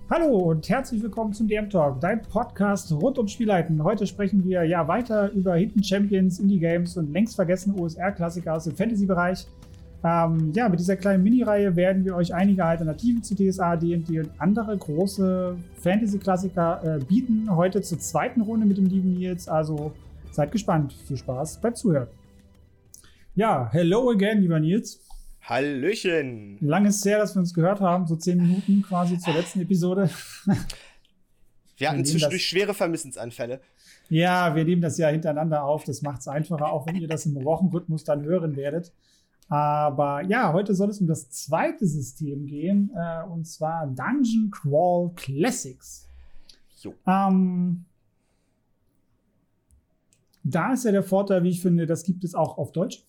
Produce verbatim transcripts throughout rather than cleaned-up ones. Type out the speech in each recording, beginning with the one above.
Hallo und herzlich willkommen zum D M Talk, dein Podcast rund um Spielleiten. Heute sprechen wir ja weiter über Hidden Champions, Indie-Games und längst vergessene O S R-Klassiker aus dem Fantasy-Bereich. Ähm, ja, mit dieser kleinen Mini-Reihe werden wir euch einige Alternativen zu D S A, D und D und andere große Fantasy-Klassiker äh, bieten. Heute zur zweiten Runde mit dem lieben Nils, also seid gespannt. Viel Spaß beim Zuhören. Ja, hello again, lieber Nils. Hallöchen! Lange ist es her, dass wir uns gehört haben, so zehn Minuten quasi zur letzten Episode. Wir hatten zwischendurch schwere Vermissensanfälle. Ja, wir nehmen das ja hintereinander auf. Das macht es einfacher, auch wenn ihr das im Wochenrhythmus dann hören werdet. Aber ja, heute soll es um das zweite System gehen, äh, und zwar Dungeon Crawl Classics. Jo. Ähm, da ist ja der Vorteil, wie ich finde, das gibt es auch auf Deutsch.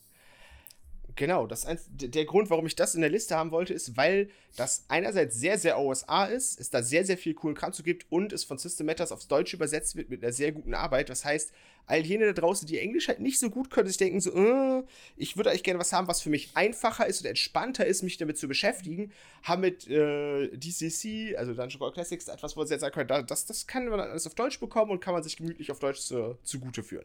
Genau, das ist der Grund, warum ich das in der Liste haben wollte, ist, weil das einerseits sehr, sehr O S A ist, es da sehr, sehr viel coolen Kram zu gibt und es von System Matters aufs Deutsche übersetzt wird mit einer sehr guten Arbeit. Das heißt, all jene da draußen, die Englisch halt nicht so gut können, sich denken so, äh, ich würde eigentlich gerne was haben, was für mich einfacher ist und entspannter ist, mich damit zu beschäftigen, haben mit äh, D C C, also Dungeon Crawl Classics, etwas, wo sie jetzt sagen können, das, das kann man alles auf Deutsch bekommen und kann man sich gemütlich auf Deutsch zu, zugute führen.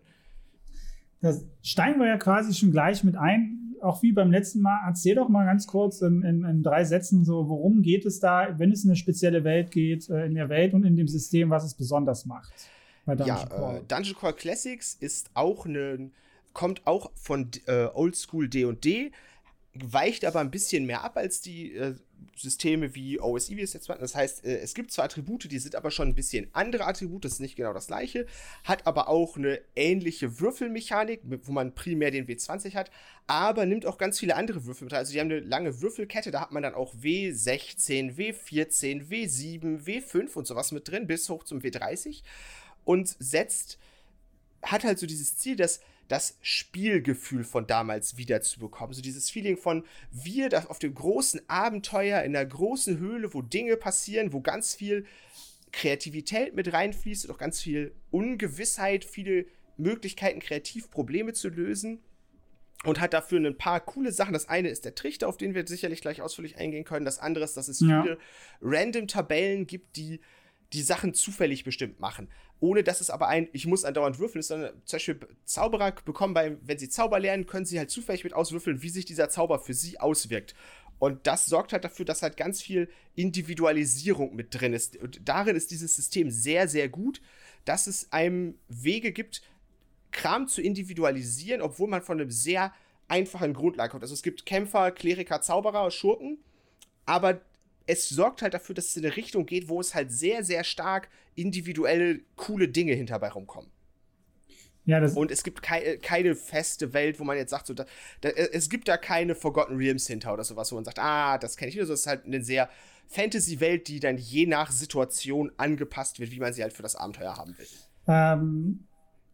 Das steigen wir ja quasi schon gleich mit ein. Auch wie beim letzten Mal, erzähl doch mal ganz kurz in, in, in drei Sätzen so, worum geht es da, wenn es in eine spezielle Welt geht, äh, in der Welt und in dem System, was es besonders macht. Bei Dungeon ja, Crawl. Äh, Dungeon Crawl Classics ist auch eine, kommt auch von äh, Oldschool D und D, weicht aber ein bisschen mehr ab als die äh, Systeme wie O S I, wie es jetzt war. Das heißt, äh, es gibt zwar Attribute, die sind aber schon ein bisschen andere Attribute, das ist nicht genau das gleiche, hat aber auch eine ähnliche Würfelmechanik, wo man primär den W zwanzig hat, aber nimmt auch ganz viele andere Würfel mit. Also die haben eine lange Würfelkette, da hat man dann auch W sechzehn, W vierzehn, W sieben, W fünf und sowas mit drin, bis hoch zum W dreißig und setzt, hat halt so dieses Ziel, dass das Spielgefühl von damals wieder zu bekommen. So dieses Feeling von wir da auf dem großen Abenteuer in einer großen Höhle, wo Dinge passieren, wo ganz viel Kreativität mit reinfließt und auch ganz viel Ungewissheit, viele Möglichkeiten, kreativ Probleme zu lösen. Und hat dafür ein paar coole Sachen. Das eine ist der Trichter, auf den wir sicherlich gleich ausführlich eingehen können. Das andere ist, dass es ja. viele Random-Tabellen gibt, die die Sachen zufällig bestimmt machen. Ohne dass es aber ein, ich muss andauernd würfeln ist, sondern zum Beispiel Zauberer bekommen, bei, wenn sie Zauber lernen, können sie halt zufällig mit auswürfeln, wie sich dieser Zauber für sie auswirkt. Und das sorgt halt dafür, dass halt ganz viel Individualisierung mit drin ist. Und darin ist dieses System sehr, sehr gut, dass es einem Wege gibt, Kram zu individualisieren, obwohl man von einem sehr einfachen Grundlage kommt. Also es gibt Kämpfer, Kleriker, Zauberer, Schurken, aber es sorgt halt dafür, dass es in eine Richtung geht, wo es halt sehr, sehr stark individuelle, coole Dinge hinterbei rumkommen. Ja, das und es gibt kei- keine feste Welt, wo man jetzt sagt, so, da, da, es gibt da keine Forgotten Realms hinter oder sowas, wo man sagt, ah, das kenne ich nicht. Also es ist halt eine sehr Fantasy-Welt, die dann je nach Situation angepasst wird, wie man sie halt für das Abenteuer haben will. Ähm,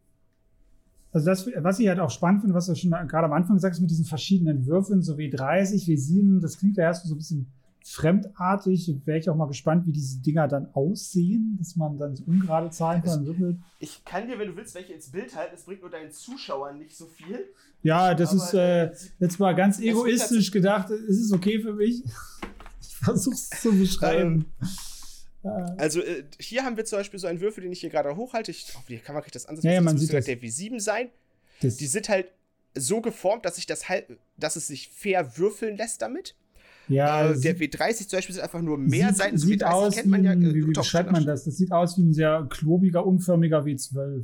also das, was ich halt auch spannend finde, was du schon gerade am Anfang gesagt hast, mit diesen verschiedenen Würfeln, so W dreißig, W sieben, das klingt ja erst so ein bisschen fremdartig. Wäre ich auch mal gespannt, wie diese Dinger dann aussehen, dass man dann so ungerade Zahlen kann würfelt. Ich kann dir, wenn du willst, welche ins Bild halten. Es bringt nur deinen Zuschauern nicht so viel. Ja, das aber ist äh, jetzt mal ganz egoistisch gedacht. Ist es okay für mich? Ich versuch's zu beschreiben. Ähm, also äh, hier haben wir zum Beispiel so einen Würfel, den ich hier gerade hochhalte. Ich hoffe, die Kamera kriegt das an. Ja, ja, man das sieht müsste das. Der W sieben sein. Das die sind halt so geformt, dass sich das halt, dass es sich fair würfeln lässt damit. Ja, äh, der W dreißig zum Beispiel sind einfach nur mehr sieht, Seiten. So sieht W dreißig aus kennt man ja. Wie, wie beschreibt man das? Das sieht aus wie ein sehr klobiger, unförmiger W zwölf.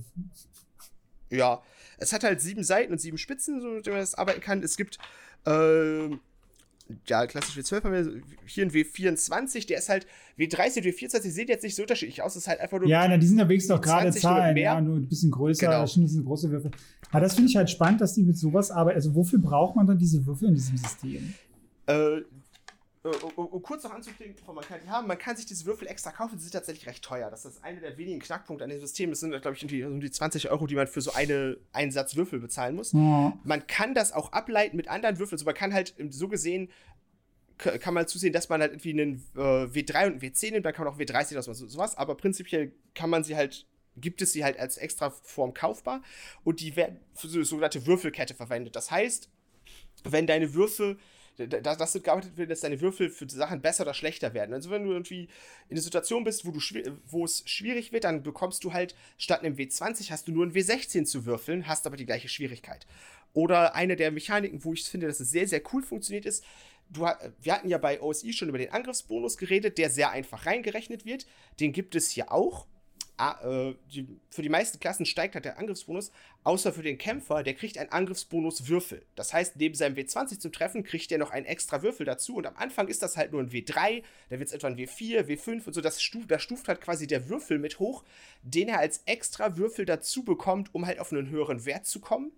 Ja, es hat halt sieben Seiten und sieben Spitzen, so mit denen man das arbeiten kann. Es gibt, äh, ja, klassisch W zwölf haben wir hier ein W vierundzwanzig, der ist halt, W dreißig und W vierundzwanzig sehen jetzt nicht so unterschiedlich aus, das ist halt einfach nur. Ja, na, die sind ja wenigstens doch gerade Zahlen, nur ja, nur ein bisschen größer, genau. Das sind diese große Würfel. Aber das finde ich halt spannend, dass die mit sowas arbeiten. Also wofür braucht man dann diese Würfel in diesem System? Äh, Um, um, um kurz noch anzuklicken, bevor man kann die haben, man kann sich diese Würfel extra kaufen, die sind tatsächlich recht teuer. Das ist einer der wenigen Knackpunkte an dem System. Das sind, glaube ich, irgendwie um die zwanzig Euro, die man für so eine, einen Satz Würfel bezahlen muss. Ja. Man kann das auch ableiten mit anderen Würfeln. Also man kann halt so gesehen, kann man zusehen, dass man halt irgendwie einen äh, W drei und einen W zehn nimmt, dann kann man auch W dreißig oder sowas. Aber prinzipiell kann man sie halt, gibt es sie halt als extra Form kaufbar und die werden für so eine sogenannte Würfelkette verwendet. Das heißt, wenn deine Würfel dass du gearbeitet wird, dass deine Würfel für Sachen besser oder schlechter werden. Also wenn du irgendwie in einer Situation bist, wo, du wo es schwierig wird, dann bekommst du halt statt einem W zwanzig hast du nur ein W sechzehn zu würfeln, hast aber die gleiche Schwierigkeit. Oder eine der Mechaniken, wo ich finde, dass es sehr, sehr cool funktioniert, ist, du, wir hatten ja bei O S I schon über den Angriffsbonus geredet, der sehr einfach reingerechnet wird. Den gibt es hier auch. Ah, äh, die, für die meisten Klassen steigt halt der Angriffsbonus, außer für den Kämpfer, der kriegt einen Angriffsbonus-Würfel. Das heißt, neben seinem W zwanzig zum Treffen kriegt er noch einen extra Würfel dazu und am Anfang ist das halt nur ein W drei, dann wird es etwa ein W vier, W fünf und so, das stuft, da stuft halt quasi der Würfel mit hoch, den er als extra Würfel dazu bekommt, um halt auf einen höheren Wert zu kommen.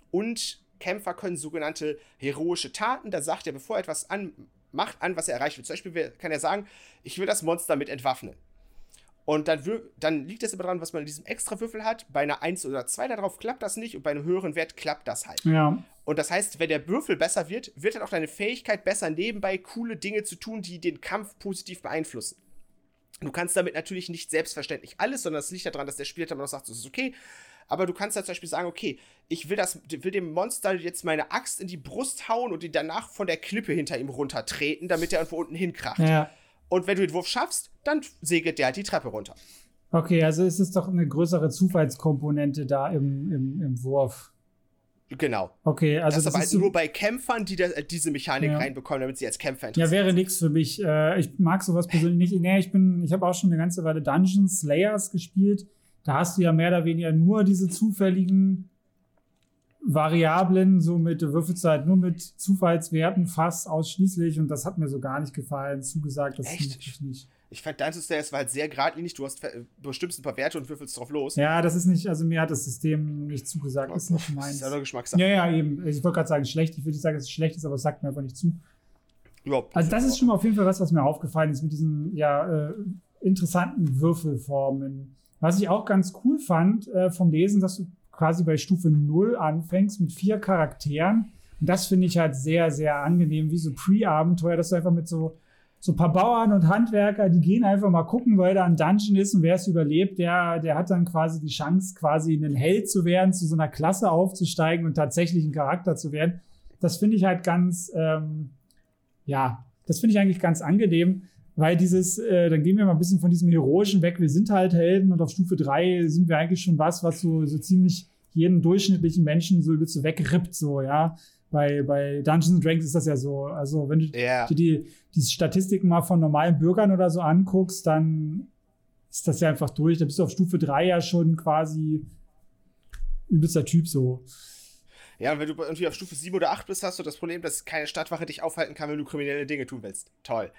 Und Kämpfer können sogenannte heroische Taten, da sagt er, bevor er etwas an, macht, an, was er erreicht will. Zum Beispiel kann er sagen, ich will das Monster mit entwaffnen. Und dann, dann liegt es immer daran, was man in diesem Extrawürfel hat. Bei einer eins oder zwei darauf klappt das nicht und bei einem höheren Wert klappt das halt. Ja. Und das heißt, wenn der Würfel besser wird, wird dann auch deine Fähigkeit besser, nebenbei coole Dinge zu tun, die den Kampf positiv beeinflussen. Du kannst damit natürlich nicht selbstverständlich alles, sondern es liegt daran, dass der Spieler dann noch sagt, das ist okay. Aber du kannst da zum Beispiel sagen, okay, ich will, das, will dem Monster jetzt meine Axt in die Brust hauen und ihn danach von der Klippe hinter ihm runtertreten, damit er irgendwo unten hinkracht. Ja. Und wenn du den Wurf schaffst, dann segelt der halt die Treppe runter. Okay, also ist es doch eine größere Zufallskomponente da im, im, im Wurf. Genau. Okay, also das ist das aber ist halt so, nur bei Kämpfern, die da, diese Mechanik ja. reinbekommen, damit sie als Kämpfer interessiert Ja, wäre nichts für mich. Äh, ich mag sowas persönlich nicht. Nee, ich bin, ich habe auch schon eine ganze Weile Dungeons Slayers gespielt. Da hast du ja mehr oder weniger nur diese zufälligen Variablen, so mit, du würfelst halt nur mit Zufallswerten fast ausschließlich und das hat mir so gar nicht gefallen, zugesagt, das Echt? ich nicht. Ich fand Dungeons Slayers war halt sehr geradlinig, du hast du bestimmst ein paar Werte und würfelst drauf los. Ja, das ist nicht, also mir hat das System nicht zugesagt, das ist nicht meins. Das ist ja nur Geschmackssache. Ja, ja, eben. Ich wollte gerade sagen, schlecht, ich würde nicht sagen, dass es schlecht ist, aber es sagt mir einfach nicht zu. Überhaupt. Also das ist schon mal auf jeden Fall was, was mir aufgefallen ist mit diesen, ja, äh, interessanten Würfelformen. Was ich auch ganz cool fand äh, vom Lesen, dass du quasi bei Stufe null anfängst mit vier Charakteren. Und das finde ich halt sehr, sehr angenehm, wie so Pre-Abenteuer, dass du einfach mit so, so ein paar Bauern und Handwerker, die gehen einfach mal gucken, weil da ein Dungeon ist und wer es überlebt, der, der hat dann quasi die Chance, quasi ein Held zu werden, zu so einer Klasse aufzusteigen und tatsächlich ein Charakter zu werden. Das finde ich halt ganz, ähm, ja, das finde ich eigentlich ganz angenehm. Weil dieses, äh, dann gehen wir mal ein bisschen von diesem Heroischen weg. Wir sind halt Helden und auf Stufe drei sind wir eigentlich schon was, was so, so ziemlich jeden durchschnittlichen Menschen so, so wegrippt, so, ja. Bei, bei Dungeons and Dragons ist das ja so. Also, wenn du yeah. dir die, die Statistiken mal von normalen Bürgern oder so anguckst, dann ist das ja einfach durch. Da bist du auf Stufe drei ja schon quasi übelster Typ, so. Ja, und wenn du irgendwie auf Stufe sieben oder acht bist, hast du das Problem, dass keine Stadtwache dich aufhalten kann, wenn du kriminelle Dinge tun willst. Toll.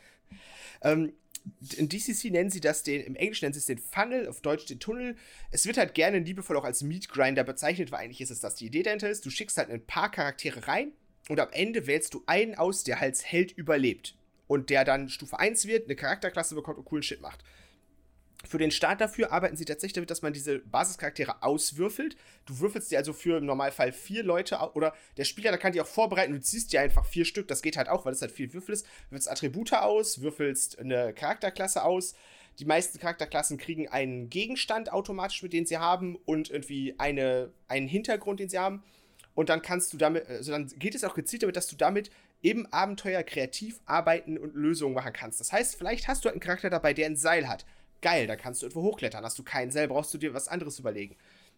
Ähm, in D C C nennen sie das den, im Englischen nennen sie es den Funnel, auf Deutsch den Tunnel. Es wird halt gerne liebevoll auch als Meat Grinder bezeichnet, weil eigentlich ist es das. Die Idee dahinter ist, du schickst halt ein paar Charaktere rein und am Ende wählst du einen aus, der als Held überlebt. Und der dann Stufe eins wird, eine Charakterklasse bekommt und coolen Shit macht. Für den Start dafür arbeiten sie tatsächlich damit, dass man diese Basischaraktere auswürfelt. Du würfelst die also für im Normalfall vier Leute, oder der Spieler, der kann die auch vorbereiten, du ziehst dir einfach vier Stück, das geht halt auch, weil es halt viel Würfel ist. Du würfelst Attribute aus, würfelst eine Charakterklasse aus. Die meisten Charakterklassen kriegen einen Gegenstand automatisch, mit dem sie haben und irgendwie eine, einen Hintergrund, den sie haben. Und dann kannst du damit, also dann geht es auch gezielt damit, dass du damit im Abenteuer kreativ arbeiten und Lösungen machen kannst. Das heißt, vielleicht hast du halt einen Charakter dabei, der ein Seil hat. Geil, da kannst du irgendwo hochklettern. Hast du keinen Seil, brauchst du dir was anderes überlegen.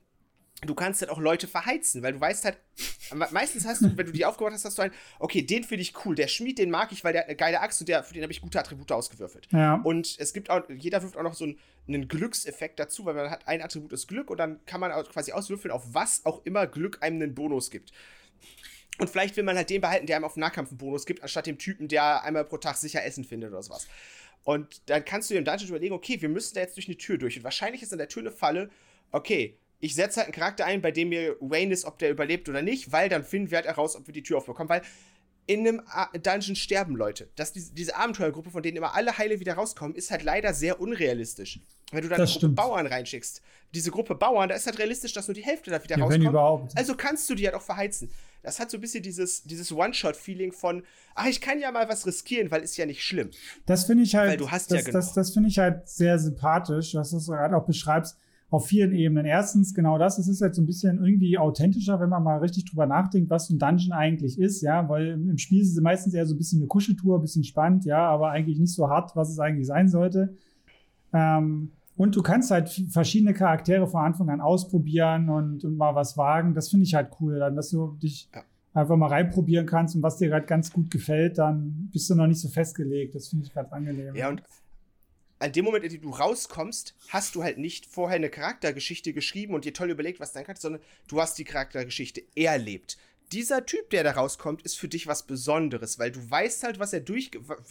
Du kannst halt auch Leute verheizen, weil du weißt halt, meistens hast du, wenn du die aufgebaut hast, hast du einen, okay, den finde ich cool, der Schmied, den mag ich, weil der hat eine geile Axt und der, für den habe ich gute Attribute ausgewürfelt. Ja. Und es gibt auch, jeder wirft auch noch so einen, einen Glückseffekt dazu, weil man hat ein Attribut ist Glück und dann kann man auch quasi auswürfeln, auf was auch immer Glück einem einen Bonus gibt. Und vielleicht will man halt den behalten, der einem auf Nahkampf einen Bonus gibt, anstatt dem Typen, der einmal pro Tag sicher Essen findet oder sowas. Und dann kannst du dir im Dungeon überlegen, okay, wir müssen da jetzt durch eine Tür durch. Und wahrscheinlich ist an der Tür eine Falle, okay, ich setze halt einen Charakter ein, bei dem mir Wayne ist, ob der überlebt oder nicht, weil dann finden wir halt heraus, ob wir die Tür aufbekommen. Weil in einem Dungeon sterben Leute. Dass diese, diese Abenteuergruppe, von denen immer alle heile wieder rauskommen, ist halt leider sehr unrealistisch. Wenn du dann Das eine Gruppe stimmt. Bauern reinschickst. Diese Gruppe Bauern, da ist halt realistisch, dass nur die Hälfte da wieder Ja, wenn rauskommt. überhaupt. Also kannst du die halt auch verheizen. Das hat so ein bisschen dieses, dieses One-Shot-Feeling von, ach, ich kann ja mal was riskieren, weil ist ja nicht schlimm. Das finde ich halt, Weil du hast das, ja genug. das, das finde ich halt sehr sympathisch, was du gerade auch beschreibst, auf vielen Ebenen. Erstens, genau das, es ist halt so ein bisschen irgendwie authentischer, wenn man mal richtig drüber nachdenkt, was so ein Dungeon eigentlich ist, ja, weil im Spiel ist es meistens eher so ein bisschen eine Kuscheltour, ein bisschen spannend, ja, aber eigentlich nicht so hart, was es eigentlich sein sollte. Ähm, und du kannst halt verschiedene Charaktere von Anfang an ausprobieren und, und mal was wagen. Das finde ich halt cool, dann, dass du dich ja. einfach mal reinprobieren kannst und was dir halt ganz gut gefällt, dann bist du noch nicht so festgelegt. Das finde ich ganz angenehm. Ja, und an dem Moment, in dem du rauskommst, hast du halt nicht vorher eine Charaktergeschichte geschrieben und dir toll überlegt, was dein Charakter ist, sondern du hast die Charaktergeschichte erlebt. Dieser Typ, der da rauskommt, ist für dich was Besonderes, weil du weißt halt, was er durch,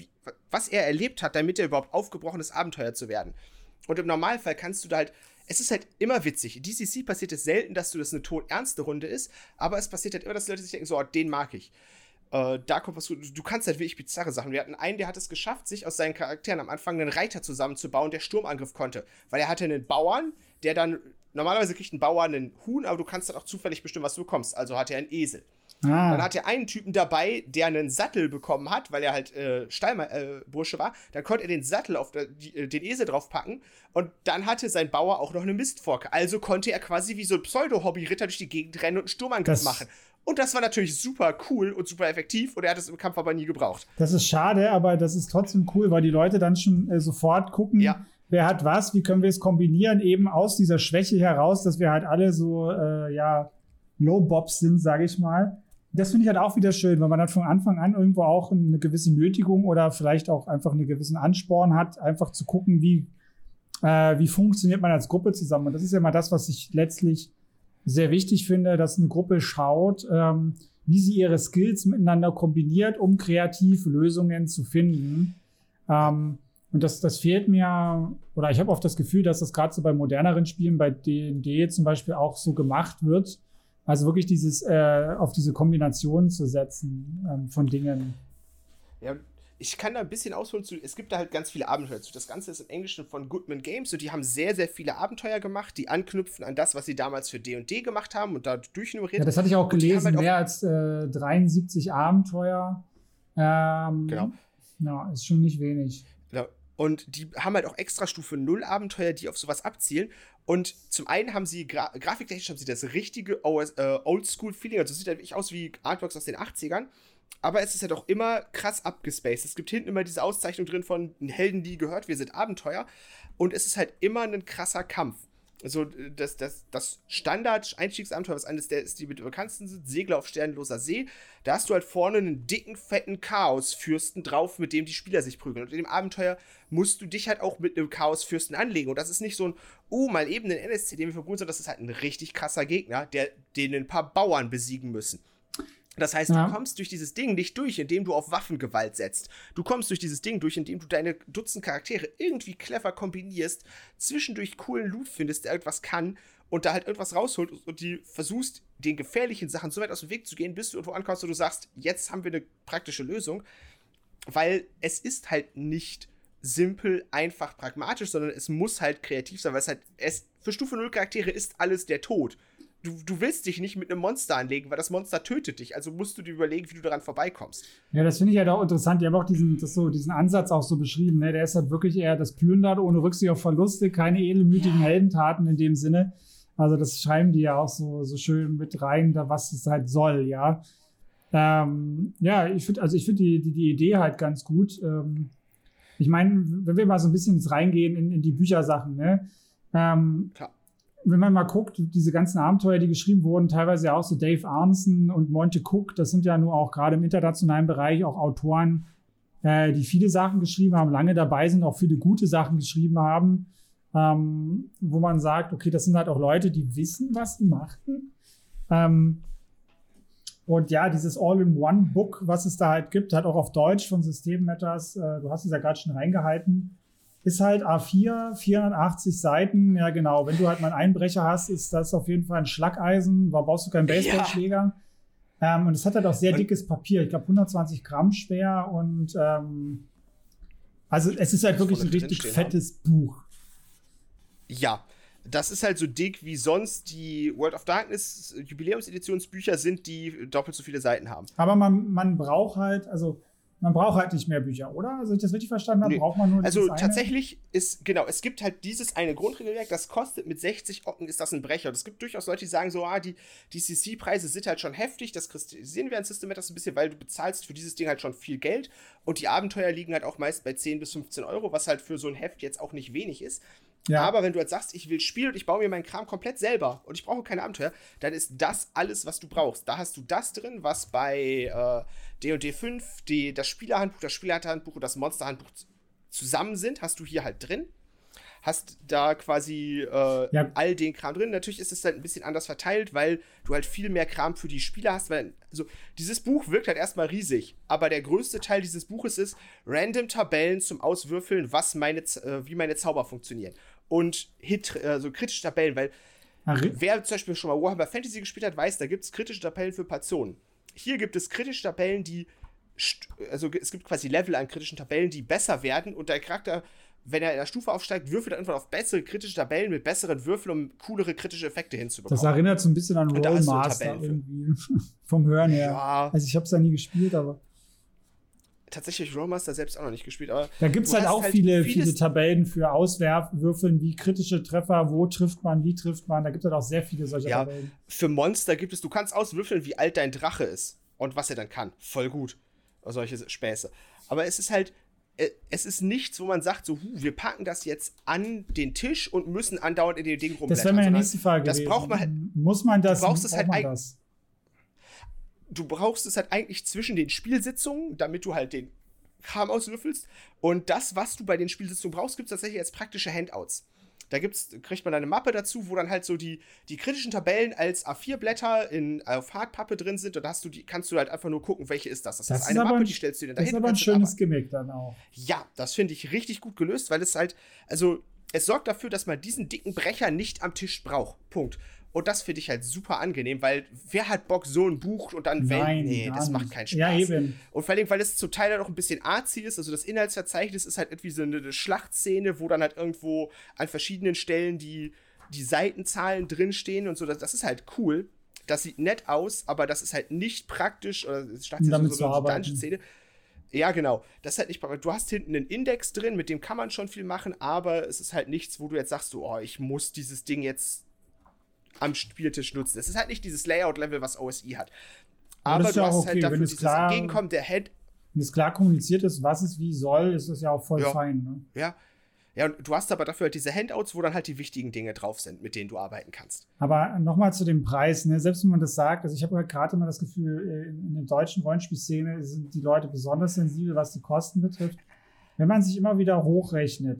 was er erlebt hat, damit er überhaupt aufgebrochenes Abenteuer zu werden. Und im Normalfall kannst du da halt, es ist halt immer witzig. In D C C passiert es selten, dass du das eine todernste Runde ist, aber es passiert halt immer, dass die Leute sich denken, so, oh, den mag ich. Uh, da kommt was gut. Du kannst halt wirklich bizarre Sachen. Wir hatten einen, der hat es geschafft, sich aus seinen Charakteren am Anfang einen Reiter zusammenzubauen, der Sturmangriff konnte. Weil er hatte einen Bauern, der dann, normalerweise kriegt ein Bauer einen Huhn, aber du kannst dann auch zufällig bestimmen, was du bekommst. Also hat er einen Esel. Ah. Dann hat er einen Typen dabei, der einen Sattel bekommen hat, weil er halt äh, Stallbursche äh, war. Dann konnte er den Sattel auf der, die, äh, den Esel draufpacken und dann hatte sein Bauer auch noch eine Mistforke. Also konnte er quasi wie so ein Pseudo-Hobby-Ritter durch die Gegend rennen und einen Sturmangriff das machen. Und das war natürlich super cool und super effektiv und er hat es im Kampf aber nie gebraucht. Das ist schade, aber das ist trotzdem cool, weil die Leute dann schon äh, sofort gucken, ja. wer hat was, wie können wir es kombinieren, eben aus dieser Schwäche heraus, dass wir halt alle so, äh, ja, Low-Bobs sind, sage ich mal. Das finde ich halt auch wieder schön, weil man dann von Anfang an irgendwo auch eine gewisse Nötigung oder vielleicht auch einfach einen gewissen Ansporn hat, einfach zu gucken, wie, äh, wie funktioniert man als Gruppe zusammen. Und das ist ja mal das, was ich letztlich sehr wichtig finde, dass eine Gruppe schaut, ähm, wie sie ihre Skills miteinander kombiniert, um kreativ Lösungen zu finden. Ähm, und das, das fehlt mir, oder ich habe oft das Gefühl, dass das gerade so bei moderneren Spielen, bei D und D zum Beispiel auch so gemacht wird. Also wirklich dieses, äh, auf diese Kombination zu setzen ähm, von Dingen. Ja, ich kann da ein bisschen ausholen zu, es gibt da halt ganz viele Abenteuer zu. Das Ganze ist im Englischen von Goodman Games und die haben sehr, sehr viele Abenteuer gemacht, die anknüpfen an das, was sie damals für D und D gemacht haben und da durchnummeriert. Ja, das hatte ich auch gelesen, halt mehr auch als äh, dreiundsiebzig Abenteuer. Ähm, genau. Ja, ist schon nicht wenig. Genau. Und die haben halt auch extra Stufe null Abenteuer, die auf sowas abzielen. Und zum einen haben sie, gra grafiktechnisch haben sie das richtige äh, Oldschool-Feeling, also es sieht halt wirklich aus wie Artworks aus den achtzigern. Aber es ist ja doch immer krass abgespaced. Es gibt hinten immer diese Auszeichnung drin von Helden, die gehört, wir sind Abenteuer. Und es ist halt immer ein krasser Kampf. Also das, das, das Standard-Einstiegsabenteuer, was eines der ist, die mit bekanntesten sind, Segler auf sternloser See, da hast du halt vorne einen dicken, fetten Chaosfürsten drauf, mit dem die Spieler sich prügeln. Und in dem Abenteuer musst du dich halt auch mit einem Chaosfürsten anlegen. Und das ist nicht so ein, oh, mal eben ein N S C, den wir verbunden, sondern das ist halt ein richtig krasser Gegner, der, den ein paar Bauern besiegen müssen. Das heißt, ja. du kommst durch dieses Ding nicht durch, indem du auf Waffengewalt setzt. Du kommst durch dieses Ding durch, indem du deine Dutzend Charaktere irgendwie clever kombinierst, zwischendurch coolen Loot findest, der irgendwas kann und da halt irgendwas rausholt und die versuchst, den gefährlichen Sachen so weit aus dem Weg zu gehen, bis du irgendwo ankommst und du sagst, jetzt haben wir eine praktische Lösung. Weil es ist halt nicht simpel, einfach, pragmatisch, sondern es muss halt kreativ sein, weil es halt, es, für Stufe null Charaktere ist alles der Tod. Du, du willst dich nicht mit einem Monster anlegen, weil das Monster tötet dich. Also musst du dir überlegen, wie du daran vorbeikommst. Ja, das finde ich halt auch interessant. Die haben auch diesen, das so, diesen Ansatz auch so beschrieben. Ne? Der ist halt wirklich eher das Plündern ohne Rücksicht auf Verluste, keine edelmütigen Heldentaten in dem Sinne. Also das schreiben die ja auch so, so schön mit rein, da was es halt soll, ja. Ähm, ja, ich finde also ich finde die, die, die Idee halt ganz gut. Ähm, ich meine, wenn wir mal so ein bisschen jetzt reingehen in, in die Büchersachen, ne? Ähm, Klar. Wenn man mal guckt, diese ganzen Abenteuer, die geschrieben wurden, teilweise ja auch so Dave Arneson und Monte Cook, das sind ja nur auch gerade im internationalen Bereich auch Autoren, äh, die viele Sachen geschrieben haben, lange dabei sind, auch viele gute Sachen geschrieben haben, ähm, wo man sagt, okay, das sind halt auch Leute, die wissen, was sie machen. Ähm, und ja, dieses All-in-One-Book, was es da halt gibt, halt auch auf Deutsch von System Matters, äh, du hast es ja gerade schon reingehalten, ist halt A vier, vierhundertachtzig Seiten. Ja, genau. Wenn du halt mal einen Einbrecher hast, ist das auf jeden Fall ein Schlackeisen. Da brauchst du keinen Baseballschläger. Ja. Ähm, und es hat halt auch sehr dickes Papier. Ich glaube, hundertzwanzig Gramm schwer. Und ähm, also es ist halt wirklich ein richtig fettes haben. Buch. Ja, das ist halt so dick, wie sonst die World of Darkness Jubiläumseditionsbücher sind, die doppelt so viele Seiten haben. Aber man, man braucht halt, also man braucht halt nicht mehr Bücher, oder? Also, ich das richtig verstanden habe, nee. braucht man nur Also dieses tatsächlich ist, genau, es gibt halt dieses eine Grundregelwerk, das kostet mit sechzig Ocken ist das ein Brecher. Und es gibt durchaus Leute, die sagen so, ah, die, die C C-Preise sind halt schon heftig, das kritisieren wir an System Matters ein bisschen, weil du bezahlst für dieses Ding halt schon viel Geld und die Abenteuer liegen halt auch meist bei zehn bis fünfzehn Euro, was halt für so ein Heft jetzt auch nicht wenig ist. Ja. Aber wenn du jetzt sagst, ich will spielen und ich baue mir meinen Kram komplett selber und ich brauche keine Abenteuer, dann ist das alles, was du brauchst. Da hast du das drin, was bei äh, D und D fünf, die, das Spielerhandbuch, das Spielerhandbuch und das Monsterhandbuch zusammen sind, hast du hier halt drin. Hast da quasi äh, ja. all den Kram drin. Natürlich ist es halt ein bisschen anders verteilt, weil du halt viel mehr Kram für die Spieler hast. Weil, also, dieses Buch wirkt halt erstmal riesig, aber der größte Teil dieses Buches ist random Tabellen zum Auswürfeln, was meine, äh, wie meine Zauber funktionieren. Und Hit, also kritische Tabellen, weil Ach, wer zum Beispiel schon mal Warhammer Fantasy gespielt hat, weiß, da gibt es kritische Tabellen für Personen. Hier gibt es kritische Tabellen, die, also es gibt quasi Level an kritischen Tabellen, die besser werden und der Charakter, wenn er in der Stufe aufsteigt, würfelt er einfach auf bessere kritische Tabellen mit besseren Würfeln, um coolere kritische Effekte hinzubekommen. Das erinnert so ein bisschen an Rollmaster irgendwie, vom Hören her. Ja. Also ich habe es ja nie gespielt, aber tatsächlich Rollmaster selbst auch noch nicht gespielt, aber da gibt es halt auch halt viele, viele Tabellen für Auswerfwürfeln, wie kritische Treffer, wo trifft man, wie trifft man, da gibt es halt auch sehr viele solcher ja, Tabellen. Für Monster gibt es, du kannst auswürfeln, wie alt dein Drache ist und was er dann kann. Voll gut. Solche Späße. Aber es ist halt, es ist nichts, wo man sagt, so, hu, wir packen das jetzt an den Tisch und müssen andauernd in den Ding rumblättern. Das wäre meine nächste Frage Das gewesen. braucht man halt, muss man das, du brauchst es halt man das? Du brauchst es halt eigentlich zwischen den Spielsitzungen, damit du halt den Kram auswürfelst. Und das, was du bei den Spielsitzungen brauchst, gibt es tatsächlich als praktische Handouts. Da gibt's, kriegt man eine Mappe dazu, wo dann halt so die, die kritischen Tabellen als A vier Blätter in, auf Hardpappe drin sind. Und da hast du die, kannst du halt einfach nur gucken, welche ist das. Das, das ist eine Mappe, ein, die stellst du dir dahin. Das ist aber ein schönes Gimmick dann auch. Ja, das finde ich richtig gut gelöst, weil es halt, also es sorgt dafür, dass man diesen dicken Brecher nicht am Tisch braucht. Punkt. Und das finde ich halt super angenehm, weil wer hat Bock, so ein Buch und dann Nein, nee, das macht keinen Spaß. Ja, eben. Und vor allem, weil es zum Teil dann auch ein bisschen arzi ist, also das Inhaltsverzeichnis ist halt irgendwie so eine Schlachtszene, wo dann halt irgendwo an verschiedenen Stellen die, die Seitenzahlen drinstehen und so, das, das ist halt cool. Das sieht nett aus, aber das ist halt nicht praktisch, oder Schlachtszene so eine Dungeon-Szene. Ja, genau. Das ist halt nicht praktisch. Du hast hinten einen Index drin, mit dem kann man schon viel machen, aber es ist halt nichts, wo du jetzt sagst, so, oh, ich muss dieses Ding jetzt am Spieltisch nutzen. Es ist halt nicht dieses Layout-Level, was O S I hat. Aber du ja hast okay. halt dafür wenn dieses klar, Entgegenkommen der Head. Wenn es klar kommuniziert ist, was es wie soll, ist es ja auch voll ja. fein. Ne? Ja. Ja, und du hast aber dafür halt diese Handouts, wo dann halt die wichtigen Dinge drauf sind, mit denen du arbeiten kannst. Aber nochmal zu dem Preis, ne? Selbst wenn man das sagt, also ich habe halt gerade immer das Gefühl, in, in der deutschen Rollenspielszene sind die Leute besonders sensibel, was die Kosten betrifft. Wenn man sich immer wieder hochrechnet,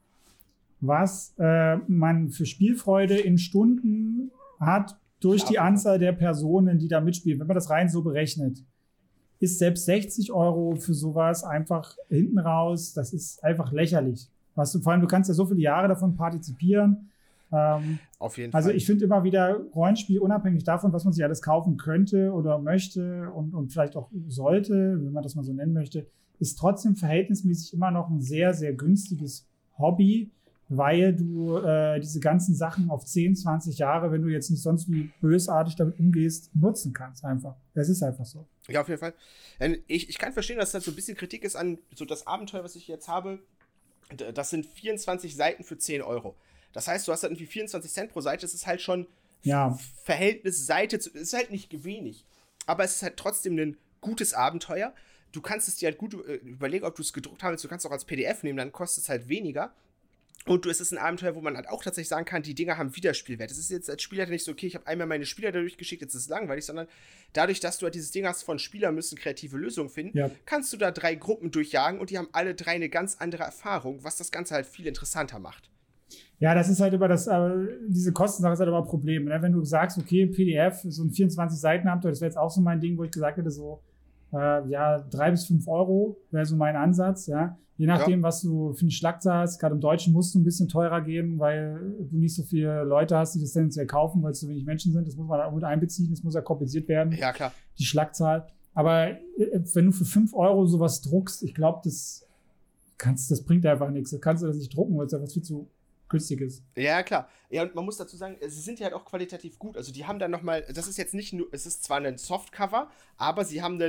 was äh, man für Spielfreude in Stunden hat, durch ja, die Anzahl der Personen, die da mitspielen, wenn man das rein so berechnet, ist selbst sechzig Euro für sowas einfach hinten raus, das ist einfach lächerlich. Was du, vor allem, du kannst ja so viele Jahre davon partizipieren. Ähm, Auf jeden also Fall. ich finde immer wieder Rollenspiel, unabhängig davon, was man sich alles kaufen könnte oder möchte und, und vielleicht auch sollte, wenn man das mal so nennen möchte, ist trotzdem verhältnismäßig immer noch ein sehr, sehr günstiges Hobby, weil du äh, diese ganzen Sachen auf zehn, zwanzig Jahre, wenn du jetzt nicht sonst wie bösartig damit umgehst, nutzen kannst einfach. Das ist einfach so. Ja, auf jeden Fall. Ich, ich kann verstehen, dass das so ein bisschen Kritik ist an so das Abenteuer, was ich jetzt habe. Das sind vierundzwanzig Seiten für zehn Euro. Das heißt, du hast halt irgendwie vierundzwanzig Cent pro Seite. Das ist halt schon ja. Verhältnis Seite zu, ist halt nicht wenig. Aber es ist halt trotzdem ein gutes Abenteuer. Du kannst es dir halt gut überlegen, ob du es gedruckt haben willst. Du kannst es auch als P D F nehmen, dann kostet es halt weniger. Und du, es ist ein Abenteuer, wo man halt auch tatsächlich sagen kann, die Dinger haben Wiederspielwert. Es ist jetzt als Spieler nicht so, okay, ich habe einmal meine Spieler dadurch geschickt, jetzt ist es langweilig, sondern dadurch, dass du halt dieses Ding hast von Spieler müssen kreative Lösungen finden, ja. kannst du da drei Gruppen durchjagen und die haben alle drei eine ganz andere Erfahrung, was das Ganze halt viel interessanter macht. Ja, das ist halt immer das, äh, diese Kostensache ist halt immer ein Problem. Ne? Wenn du sagst, okay, P D F, so ein vierundzwanzig Seiten Abenteuer, das wäre jetzt auch so mein Ding, wo ich gesagt hätte, so, äh, ja, drei bis fünf Euro wäre so mein Ansatz, ja. Je nachdem, ja. was du für eine Schlagzahl hast. Gerade im Deutschen musst du ein bisschen teurer gehen, weil du nicht so viele Leute hast, die das tendenziell kaufen, weil es so wenig Menschen sind. Das muss man auch mit einbeziehen, das muss ja kompensiert werden. Ja, klar. Die Schlagzahl. Aber wenn du für fünf Euro sowas druckst, ich glaube, das kannst, das bringt einfach nichts. Das kannst du das nicht drucken, weil es einfach viel zu günstig ist. Ja, klar. Ja, und man muss dazu sagen, sie sind ja halt auch qualitativ gut. Also die haben dann nochmal, das ist jetzt nicht nur, es ist zwar ein Softcover, aber sie haben dann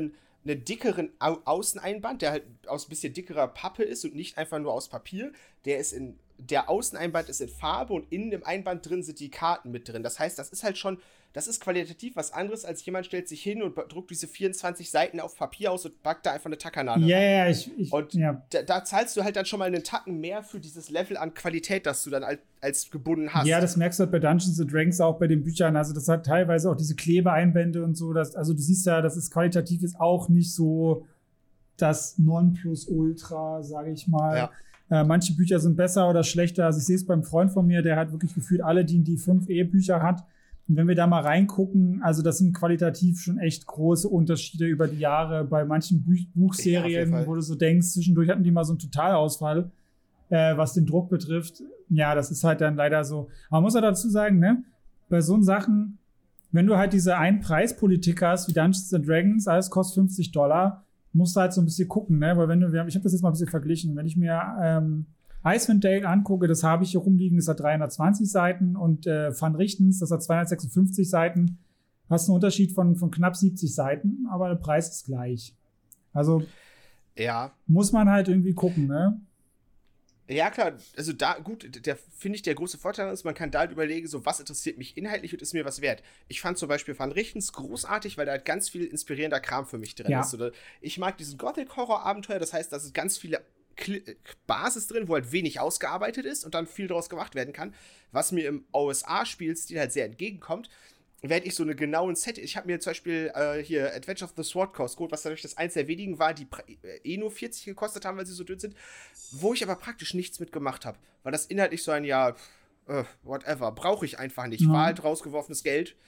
einen dickeren Au- Außeneinband, der halt aus ein bisschen dickerer Pappe ist und nicht einfach nur aus Papier. Der ist in, der Außeneinband ist in Farbe und innen im Einband drin sind die Karten mit drin. Das heißt, das ist halt schon, das ist qualitativ was anderes, als jemand stellt sich hin und druckt diese vierundzwanzig Seiten auf Papier aus und packt da einfach eine Tackernadel. Ja, ja, ich, ich Und ja. da, da zahlst du halt dann schon mal einen Tacken mehr für dieses Level an Qualität, das du dann als, als gebunden hast. Ja, das merkst du halt bei Dungeons and Dragons auch bei den Büchern. Also das hat teilweise auch diese Klebeeinbände und so. Dass, also du siehst ja, das ist qualitativ ist auch nicht so das Nonplusultra, sage ich mal. Ja. Äh, manche Bücher sind besser oder schlechter. Also ich sehe es beim Freund von mir, der hat wirklich gefühlt alle D und D fünf E-Bücher hat. Und wenn wir da mal reingucken, also das sind qualitativ schon echt große Unterschiede über die Jahre bei manchen Buch- Buchserien, Ja, wo du so denkst, zwischendurch hatten die mal so einen Totalausfall, äh, was den Druck betrifft. Ja, das ist halt dann leider so. Aber man muss ja dazu sagen, ne, bei so Sachen, wenn du halt diese Ein-Preis-Politik hast, wie Dungeons and Dragons, alles kostet fünfzig Dollar, musst du halt so ein bisschen gucken, ne, weil wenn du, ich habe das jetzt mal ein bisschen verglichen, wenn ich mir ähm, Icewind Dale angucke, das habe ich hier rumliegen, das hat dreihundertzwanzig Seiten und äh, Van Richtens, das hat zweihundertsechsundfünfzig Seiten. Hast einen Unterschied von, von knapp siebzig Seiten, aber der Preis ist gleich. Also Ja. muss man halt irgendwie gucken, ne? Ja, klar, also da, gut, der finde ich, der große Vorteil ist, man kann da halt überlegen, so, was interessiert mich inhaltlich und ist mir was wert. Ich fand zum Beispiel Van Richtens großartig, weil da halt ganz viel inspirierender Kram für mich drin Ja. ist. Oder ich mag diesen Gothic-Horror-Abenteuer, das heißt, da ist ganz viele Kli- Basis drin, wo halt wenig ausgearbeitet ist und dann viel daraus gemacht werden kann, was mir im O S A-Spielstil halt sehr entgegenkommt. Während ich so eine genauen Set, ich habe mir zum Beispiel äh, hier Adventure of the Sword Coast geholt, was dadurch das eins der wenigen war, die pra- äh, eh nur vierzig gekostet haben, weil sie so dünn sind, wo ich aber praktisch nichts mitgemacht habe, weil das inhaltlich so ein, ja, äh, whatever, brauche ich einfach nicht, Ja. war halt rausgeworfenes Geld.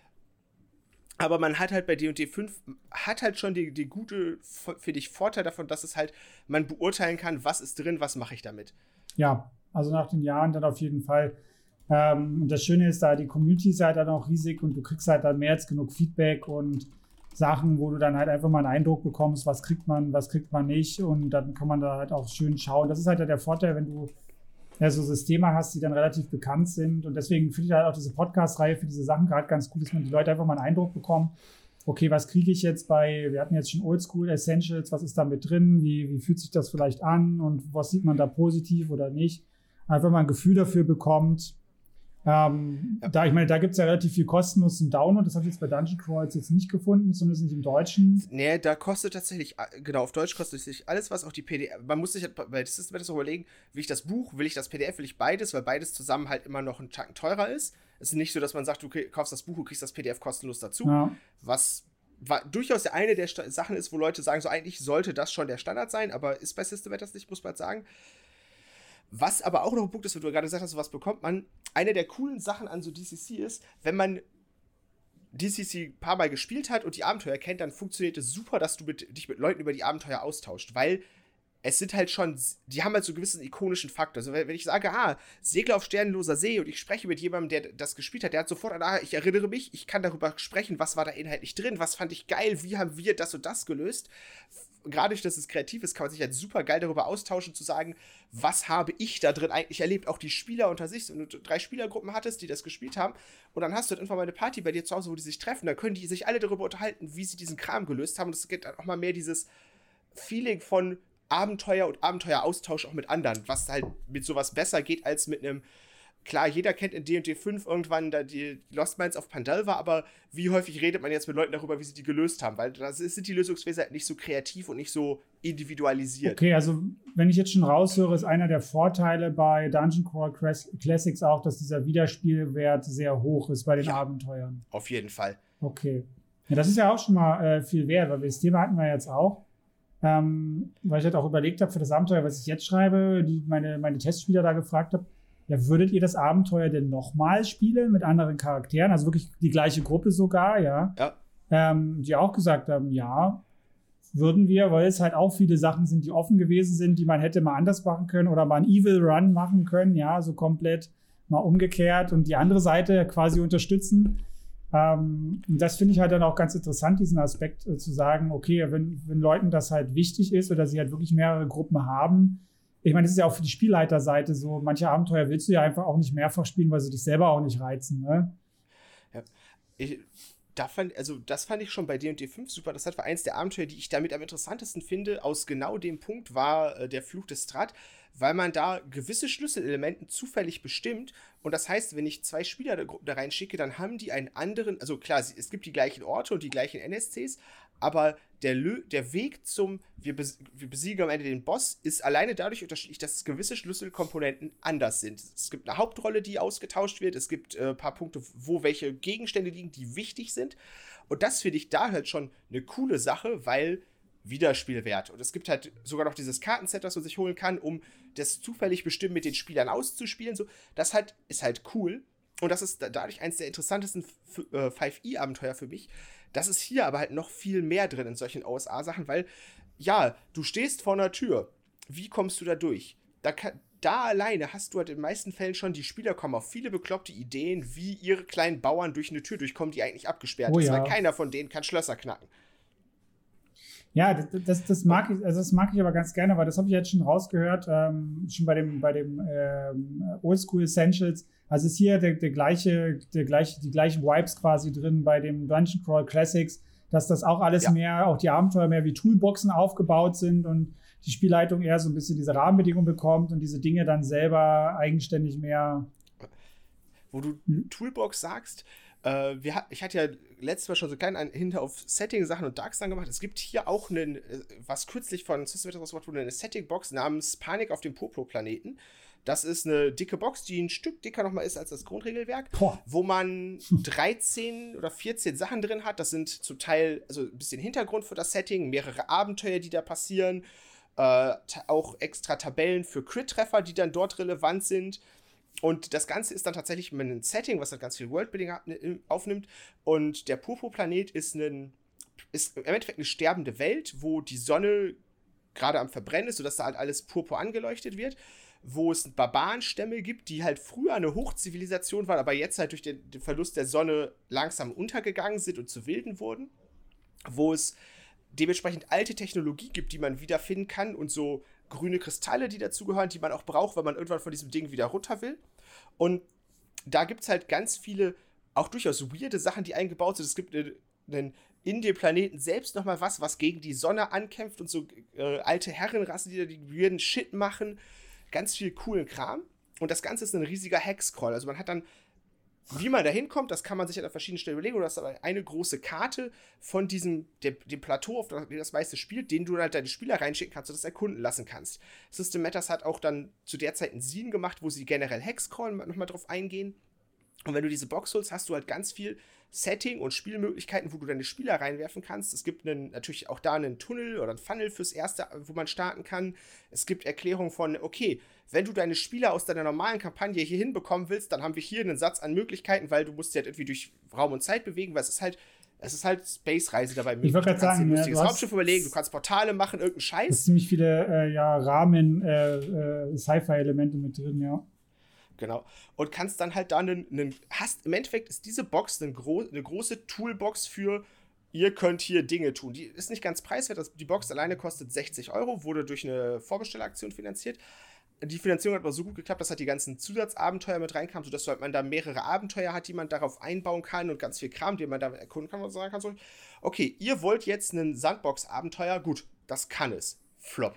Aber man hat halt bei D und D fünf, hat halt schon die, die gute, finde ich, Vorteil davon, dass es halt, man beurteilen kann, was ist drin, was mache ich damit. Ja, also nach den Jahren dann auf jeden Fall. Ähm, und das Schöne ist da, die Community ist halt dann auch riesig und du kriegst halt dann mehr als genug Feedback und Sachen, wo du dann halt einfach mal einen Eindruck bekommst, was kriegt man, was kriegt man nicht und dann kann man da halt auch schön schauen. Das ist halt der Vorteil, wenn du ja, so Systeme hast, die dann relativ bekannt sind und deswegen finde ich halt auch diese Podcast-Reihe für diese Sachen gerade ganz gut, dass man die Leute einfach mal einen Eindruck bekommen, okay, was kriege ich jetzt bei, wir hatten jetzt schon Oldschool Essentials, was ist da mit drin, wie, wie fühlt sich das vielleicht an und was sieht man da positiv oder nicht. Einfach mal ein Gefühl dafür bekommt. Ähm, Ja. Da, ich meine, da gibt es ja relativ viel kostenlos zum Download. Das habe ich jetzt bei Dungeon Crawls jetzt nicht gefunden, zumindest nicht im Deutschen. Nee, da kostet tatsächlich, äh, genau, auf Deutsch kostet sich alles, was auch die P D F, man muss sich halt bei das ist, das überlegen, will ich das Buch, will ich das P D F, will ich beides, weil beides zusammen halt immer noch einen Tacken teurer ist. Es ist nicht so, dass man sagt, du krieg- kaufst das Buch und kriegst das P D F kostenlos dazu, Ja. was war durchaus ja eine der Sta- Sachen ist, wo Leute sagen, so eigentlich sollte das schon der Standard sein, aber ist bei Systematters nicht, muss man halt sagen. Was aber auch noch ein Punkt ist, wo du gerade gesagt hast, so was bekommt man, eine der coolen Sachen an so D C C ist, wenn man D C C ein paar Mal gespielt hat und die Abenteuer kennt, dann funktioniert es super, dass du mit, dich mit Leuten über die Abenteuer austauscht, weil es sind halt schon, die haben halt so einen gewissen ikonischen Faktor. Also wenn wenn ich sage, ah, Segler auf sternenloser See und ich spreche mit jemandem, der das gespielt hat, der hat sofort, ah, ich erinnere mich, ich kann darüber sprechen, was war da inhaltlich drin, was fand ich geil, wie haben wir das und das gelöst. Gerade durch, dass es kreativ ist, kann man sich halt super geil darüber austauschen, zu sagen, was habe ich da drin eigentlich erlebt, auch die Spieler unter sich, wenn du drei Spielergruppen hattest, die das gespielt haben, und dann hast du dann irgendwann mal eine Party bei dir zu Hause, wo die sich treffen, dann können die sich alle darüber unterhalten, wie sie diesen Kram gelöst haben, und es gibt dann auch mal mehr dieses Feeling von Abenteuer und Abenteueraustausch auch mit anderen, was halt mit sowas besser geht als mit einem, klar, jeder kennt in D und D fünf irgendwann da die Lost Mines auf Pandalva, aber wie häufig redet man jetzt mit Leuten darüber, wie sie die gelöst haben, weil da sind die Lösungswege halt nicht so kreativ und nicht so individualisiert. Okay, also wenn ich jetzt schon raushöre, ist einer der Vorteile bei Dungeon Crawl Classics auch, dass dieser Wiederspielwert sehr hoch ist bei den Ja. Abenteuern. Auf jeden Fall. Okay. Ja, das ist ja auch schon mal äh, viel wert, weil das Thema hatten wir jetzt auch. Ähm, weil ich halt auch überlegt habe für das Abenteuer, was ich jetzt schreibe, die meine, meine Testspieler da gefragt habe, ja, würdet ihr das Abenteuer denn nochmal spielen mit anderen Charakteren? Also wirklich die gleiche Gruppe sogar, ja. Ja. Ähm, die auch gesagt haben, ja, würden wir, weil es halt auch viele Sachen sind, die offen gewesen sind, die man hätte mal anders machen können oder mal einen Evil Run machen können, ja, so komplett mal umgekehrt und die andere Seite quasi unterstützen. Ähm, und das finde ich halt dann auch ganz interessant, diesen Aspekt äh, zu sagen, okay, wenn, wenn Leuten das halt wichtig ist oder sie halt wirklich mehrere Gruppen haben, ich meine, das ist ja auch für die Spielleiterseite so, manche Abenteuer willst du ja einfach auch nicht mehrfach spielen, weil sie dich selber auch nicht reizen, ne? Ja. Ich, da fand, also das fand ich schon bei D und D fünf super. Das war eins der Abenteuer, die ich damit am interessantesten finde. Aus genau dem Punkt war äh, der Fluch des Strahd, weil man da gewisse Schlüsselelementen zufällig bestimmt. Und das heißt, wenn ich zwei Spieler da, da reinschicke, dann haben die einen anderen, also klar, es gibt die gleichen Orte und die gleichen N S Cs, aber der, Lö der Weg zum, wir, bes wir besiegen am Ende den Boss, ist alleine dadurch unterschiedlich, dass gewisse Schlüsselkomponenten anders sind. Es gibt eine Hauptrolle, die ausgetauscht wird, es gibt ein äh, paar Punkte, wo welche Gegenstände liegen, die wichtig sind. Und das finde ich da halt schon eine coole Sache, weil Wiederspielwert. Und es gibt halt sogar noch dieses Kartenset, das man sich holen kann, um das zufällig bestimmt mit den Spielern auszuspielen. So, das halt, ist halt cool. Und das ist dadurch eines der interessantesten äh, fünf E-Abenteuer für mich. Das ist hier aber halt noch viel mehr drin in solchen O S A-Sachen, weil, ja, du stehst vor einer Tür. Wie kommst du da durch? Da, kann, da alleine hast du halt in den meisten Fällen schon, die Spieler kommen auf viele bekloppte Ideen, wie ihre kleinen Bauern durch eine Tür durchkommen, die eigentlich abgesperrt oh, ist, ja. weil keiner von denen kann Schlösser knacken. Ja, das, das, das mag ich, also das mag ich aber ganz gerne, weil das habe ich jetzt schon rausgehört, ähm, schon bei dem, bei dem ähm, Oldschool Essentials. Also ist hier der, der gleiche, der gleiche, die gleichen Vibes quasi drin bei dem Dungeon Crawl Classics, dass das auch alles ja. mehr, auch die Abenteuer mehr wie Toolboxen aufgebaut sind und die Spielleitung eher so ein bisschen diese Rahmenbedingungen bekommt und diese Dinge dann selber eigenständig mehr. Wo du hm? Toolbox sagst, äh, wir hat, ich hatte ja letztes Mal schon so klein einen hinter auf Setting-Sachen und Darksun gemacht. Es gibt hier auch einen, was kürzlich von System rausgebracht wurde, eine Setting-Box namens Panik auf dem Purpur-Planeten. Das ist eine dicke Box, die ein Stück dicker nochmal ist als das Grundregelwerk, Boah. wo man dreizehn oder vierzehn Sachen drin hat. Das sind zum Teil also ein bisschen Hintergrund für das Setting, mehrere Abenteuer, die da passieren, äh, auch extra Tabellen für Crit-Treffer, die dann dort relevant sind. Und das Ganze ist dann tatsächlich mit einem Setting, was halt ganz viel Worldbuilding aufnimmt. Und der Purpur-Planet ist, ein, ist im Endeffekt eine sterbende Welt, wo die Sonne gerade am Verbrennen ist, sodass da halt alles purpur angeleuchtet wird. Wo es Barbarenstämme gibt, die halt früher eine Hochzivilisation waren, aber jetzt halt durch den, den Verlust der Sonne langsam untergegangen sind und zu Wilden wurden. Wo es dementsprechend alte Technologie gibt, die man wiederfinden kann und so grüne Kristalle, die dazugehören, die man auch braucht, wenn man irgendwann von diesem Ding wieder runter will. Und da gibt es halt ganz viele, auch durchaus weirde Sachen, die eingebaut sind. Es gibt einen, einen in dem Planeten selbst nochmal was, was gegen die Sonne ankämpft und so äh, alte Herrenrassen, die da die weirden Shit machen. Ganz viel coolen Kram. Und das Ganze ist ein riesiger Hexcrawl. Also man hat dann, wie man da hinkommt, das kann man sich an verschiedenen Stellen überlegen. Du hast aber eine große Karte von diesem, dem, dem Plateau, auf dem das meiste spielt, den du halt deine Spieler reinschicken kannst und das erkunden lassen kannst. System Matters hat auch dann zu der Zeit ein Scene gemacht, wo sie generell Hexcrawl nochmal drauf eingehen. Und wenn du diese Box holst, hast du halt ganz viel Setting und Spielmöglichkeiten, wo du deine Spieler reinwerfen kannst. Es gibt einen, natürlich auch da einen Tunnel oder einen Funnel fürs Erste, wo man starten kann. Es gibt Erklärungen von, okay, wenn du deine Spieler aus deiner normalen Kampagne hier hinbekommen willst, dann haben wir hier einen Satz an Möglichkeiten, weil du musst dich halt irgendwie durch Raum und Zeit bewegen, weil es ist halt, es ist halt Space-Reise dabei möglich. Ich wollte gerade sagen, du ja, kannst dir ein Raumschiff überlegen, du kannst Portale machen, irgendeinen Scheiß. Es sind ziemlich viele äh, ja, Rahmen, äh, äh, Sci-Fi-Elemente mit drin, ja. Genau. Und kannst dann halt da einen, einen hast, im Endeffekt ist diese Box eine, gro eine große Toolbox für, ihr könnt hier Dinge tun. Die ist nicht ganz preiswert, das, die Box alleine kostet sechzig Euro, wurde durch eine Vorbestelleraktion finanziert. Die Finanzierung hat aber so gut geklappt, dass halt die ganzen Zusatzabenteuer mit reinkamen, sodass du halt man da mehrere Abenteuer hat, die man darauf einbauen kann und ganz viel Kram, den man da erkunden kann und sagen kann, so, okay, ihr wollt jetzt ein Sandbox-Abenteuer, gut, das kann es. Flop.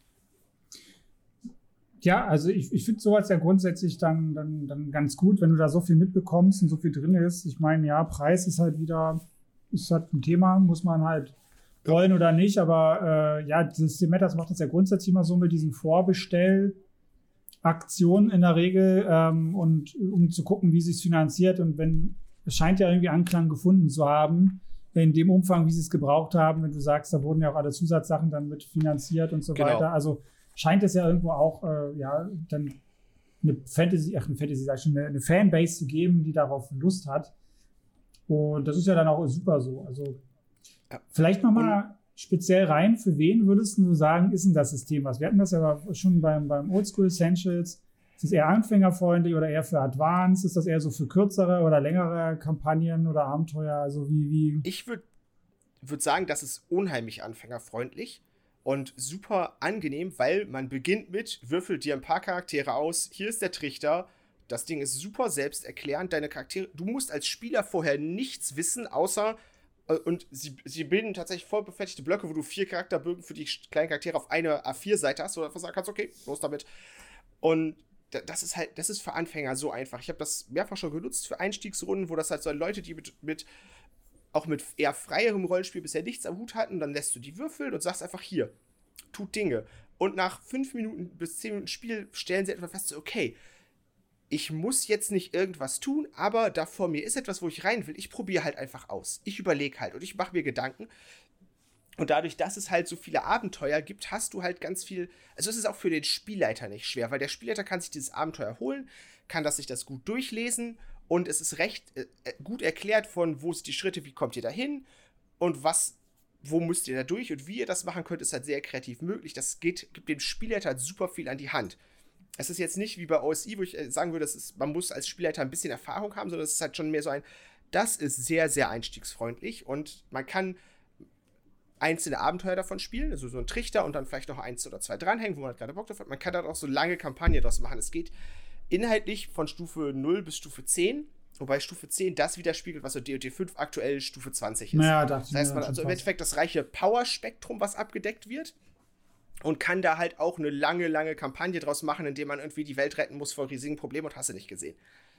Ja, also ich, ich finde sowas ja grundsätzlich dann, dann, dann ganz gut, wenn du da so viel mitbekommst und so viel drin ist. Ich meine, ja, Preis ist halt wieder, ist halt ein Thema, muss man halt wollen oder nicht, aber äh, ja, System Matters macht das ja grundsätzlich immer so mit diesen Vorbestellaktionen in der Regel ähm, und um zu gucken, wie sich es finanziert und wenn, es scheint ja irgendwie Anklang gefunden zu haben, in dem Umfang, wie sie es gebraucht haben, wenn du sagst, da wurden ja auch alle Zusatzsachen dann mit finanziert und so genau. weiter, also scheint es ja irgendwo auch, äh, ja, dann eine Fantasy, ach, eine Fantasy, sag ich schon, eine, eine Fanbase zu geben, die darauf Lust hat. Und das ist ja dann auch super so. Also, ja. Vielleicht nochmal speziell rein, für wen würdest du sagen, ist denn das System was? Wir hatten das ja schon beim, beim Oldschool Essentials. Ist es eher anfängerfreundlich oder eher für Advanced? Ist das eher so für kürzere oder längere Kampagnen oder Abenteuer? Also, wie, wie? Ich würde würd sagen, das ist unheimlich anfängerfreundlich. Und super angenehm, weil man beginnt mit, würfelt dir ein paar Charaktere aus, hier ist der Trichter, Das Ding ist super selbsterklärend. Deine Charaktere, du musst als Spieler vorher nichts wissen, außer, äh, und sie, sie bilden tatsächlich voll befertigte Blöcke, wo du vier Charakterbögen für die kleinen Charaktere auf eine A vier Seite hast, wo du einfach sagen kannst, okay, los damit. Und das ist halt, das ist für Anfänger so einfach. Ich habe das mehrfach schon genutzt für Einstiegsrunden, wo das halt so Leute, die mit, mit auch mit eher freierem Rollenspiel bisher nichts am Hut hatten, dann lässt du die würfeln und sagst einfach, hier, tut Dinge. Und nach fünf Minuten bis zehn Minuten Spiel stellen sie etwa fest, so, okay, ich muss jetzt nicht irgendwas tun, aber da vor mir ist etwas, wo ich rein will. Ich probiere halt einfach aus. Ich überlege halt und ich mache mir Gedanken. Und dadurch, dass es halt so viele Abenteuer gibt, hast du halt ganz viel. Also es ist auch für den Spielleiter nicht schwer, weil der Spielleiter kann sich dieses Abenteuer holen, kann das sich das gut durchlesen und es ist recht äh, gut erklärt von, wo sind die Schritte, wie kommt ihr da hin und was, wo müsst ihr da durch und wie ihr das machen könnt, ist halt sehr kreativ möglich. Das geht, gibt dem Spielleiter halt super viel an die Hand. Es ist jetzt nicht wie bei O S I, wo ich sagen würde, das ist, man muss als Spielleiter ein bisschen Erfahrung haben, sondern es ist halt schon mehr so ein, das ist sehr, sehr einstiegsfreundlich und man kann einzelne Abenteuer davon spielen, also so ein Trichter und dann vielleicht noch eins oder zwei dranhängen, wo man halt gerade Bock drauf hat. Man kann dann auch so lange Kampagne draus machen. Es geht inhaltlich von Stufe null bis Stufe zehn, wobei Stufe zehn das widerspiegelt, was so D und D fünf aktuell Stufe zwanzig ist. Naja, das heißt, man also im Endeffekt das reiche Power-Spektrum, was abgedeckt wird. Und kann da halt auch eine lange, lange Kampagne draus machen, indem man irgendwie die Welt retten muss vor riesigen Problemen und hast du nicht gesehen.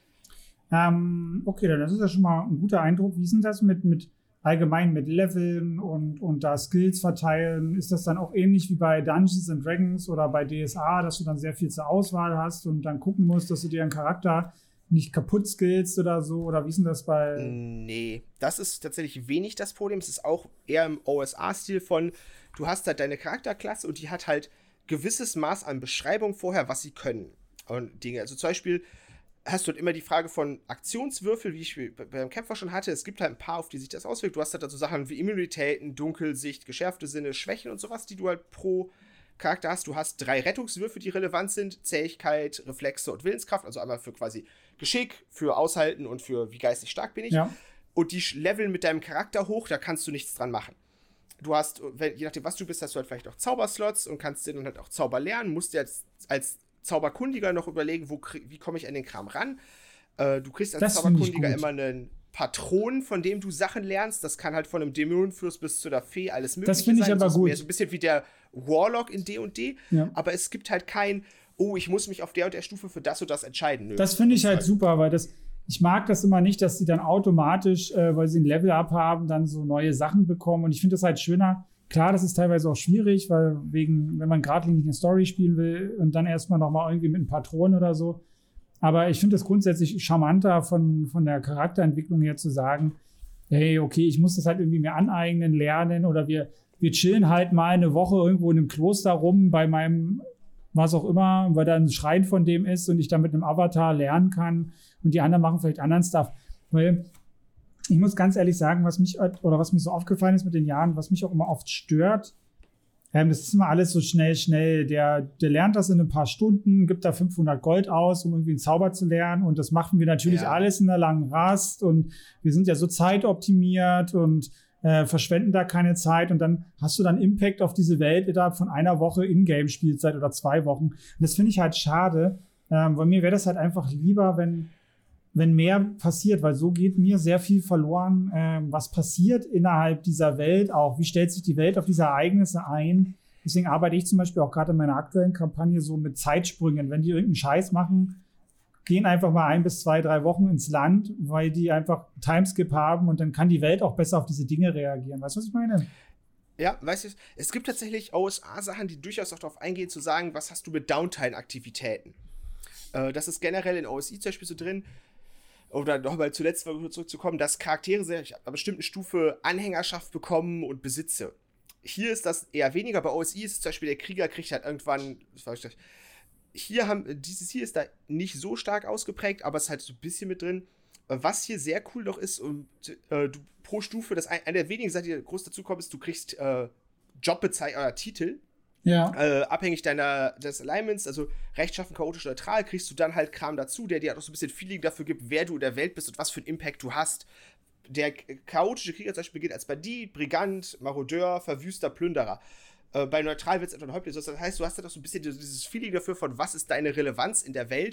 Ähm, okay, dann das ist ja schon mal ein guter Eindruck. Wie ist denn das mit, mit allgemein mit Leveln und, und da Skills verteilen? Ist das dann auch ähnlich wie bei Dungeons and Dragons oder bei D S A, dass du dann sehr viel zur Auswahl hast und dann gucken musst, dass du dir einen Charakter nicht kaputt skillst oder so? Oder wie ist denn das bei... Nee, das ist tatsächlich wenig das Problem. Es ist auch eher im O S A-Stil von, du hast halt deine Charakterklasse und die hat halt gewisses Maß an Beschreibung vorher, was sie können. Und Dinge, also zum Beispiel hast du halt immer die Frage von Aktionswürfel, wie ich beim Kämpfer schon hatte. Es gibt halt ein paar, auf die sich das auswirkt. Du hast halt so Sachen wie Immunitäten, Dunkelsicht, geschärfte Sinne, Schwächen und sowas, die du halt pro Charakter hast. Du hast drei Rettungswürfe, die relevant sind. Zähigkeit, Reflexe und Willenskraft. Also einmal für quasi Geschick, für Aushalten und für wie geistig stark bin ich. Ja. Und die leveln mit deinem Charakter hoch, da kannst du nichts dran machen. Du hast, wenn, je nachdem, was du bist, hast du halt vielleicht auch Zauberslots und kannst den dann halt auch Zauber lernen. Musst dir als, als Zauberkundiger noch überlegen, wo, wie komme ich an den Kram ran. Äh, du kriegst als Das Zauberkundiger immer einen Patron, von dem du Sachen lernst. Das kann halt von einem Dämonenfürst bis zu der Fee alles mögliche sein. Das finde ich aber das ist gut. Mehr so ein bisschen wie der Warlock in D und D. Ja. Aber es gibt halt kein, oh, ich muss mich auf der und der Stufe für das und das entscheiden. Nö. Das finde ich halt super, weil das, ich mag das immer nicht, dass sie dann automatisch, äh, weil sie ein Level-Up haben, dann so neue Sachen bekommen. Und ich finde das halt schöner. Klar, das ist teilweise auch schwierig, weil wegen, wenn man geradlinig eine Story spielen will und dann erstmal nochmal irgendwie mit einem Patron oder so. Aber ich finde es grundsätzlich charmanter von, von der Charakterentwicklung her zu sagen, hey, okay, ich muss das halt irgendwie mir aneignen, lernen oder wir, wir chillen halt mal eine Woche irgendwo in einem Kloster rum bei meinem, was auch immer, weil da ein Schrein von dem ist und ich dann mit einem Avatar lernen kann und die anderen machen vielleicht anderen Stuff. Weil ich muss ganz ehrlich sagen, was mich oder was mir so aufgefallen ist mit den Jahren, was mich auch immer oft stört, ähm, das ist immer alles so schnell, schnell. Der, der lernt das in ein paar Stunden, gibt da fünfhundert Gold aus, um irgendwie einen Zauber zu lernen. Und das machen wir natürlich ja. alles in einer langen Rast. Und wir sind ja so zeitoptimiert und äh, verschwenden da keine Zeit. Und dann hast du dann Impact auf diese Welt innerhalb von einer Woche Ingame-Spielzeit oder zwei Wochen. Und das finde ich halt schade, ähm, weil mir wäre das halt einfach lieber, wenn wenn mehr passiert, weil so geht mir sehr viel verloren, ähm, was passiert innerhalb dieser Welt auch, wie stellt sich die Welt auf diese Ereignisse ein. Deswegen arbeite ich zum Beispiel auch gerade in meiner aktuellen Kampagne so mit Zeitsprüngen. Wenn die irgendeinen Scheiß machen, gehen einfach mal ein bis zwei, drei Wochen ins Land, weil die einfach Timeskip haben und dann kann die Welt auch besser auf diese Dinge reagieren. Weißt du, was ich meine? Ja, weißt du, es gibt tatsächlich O S A-Sachen, die durchaus auch darauf eingehen, zu sagen, was hast du mit Downtime-Aktivitäten. Äh, das ist generell in O S I zum Beispiel so drin, oder nochmal zuletzt zurückzukommen, dass Charaktere sehr, ab einer bestimmten Stufe Anhängerschaft bekommen und Besitze. Hier ist das eher weniger. Bei O S I ist zum Beispiel der Krieger kriegt halt irgendwann, was war ich das? Hier haben, dieses hier ist da nicht so stark ausgeprägt, aber es ist halt so ein bisschen mit drin. Was hier sehr cool noch ist, und äh, du pro Stufe, das ein, eine der wenigen Sachen, die groß dazukommt, ist, du kriegst äh, Jobbezeichnung oder Titel. Ja. Äh, abhängig deiner, des Alignments, also rechtschaffen, chaotisch, neutral, kriegst du dann halt Kram dazu, der dir halt auch so ein bisschen Feeling dafür gibt, wer du in der Welt bist und was für einen Impact du hast. Der chaotische Krieger zum Beispiel beginnt als Bandit, Brigant, Marodeur, Verwüster, Plünderer. Äh, bei neutral wird es etwa ein Häuptling. Das heißt, du hast halt auch so ein bisschen dieses Feeling dafür von, was ist deine Relevanz in der Welt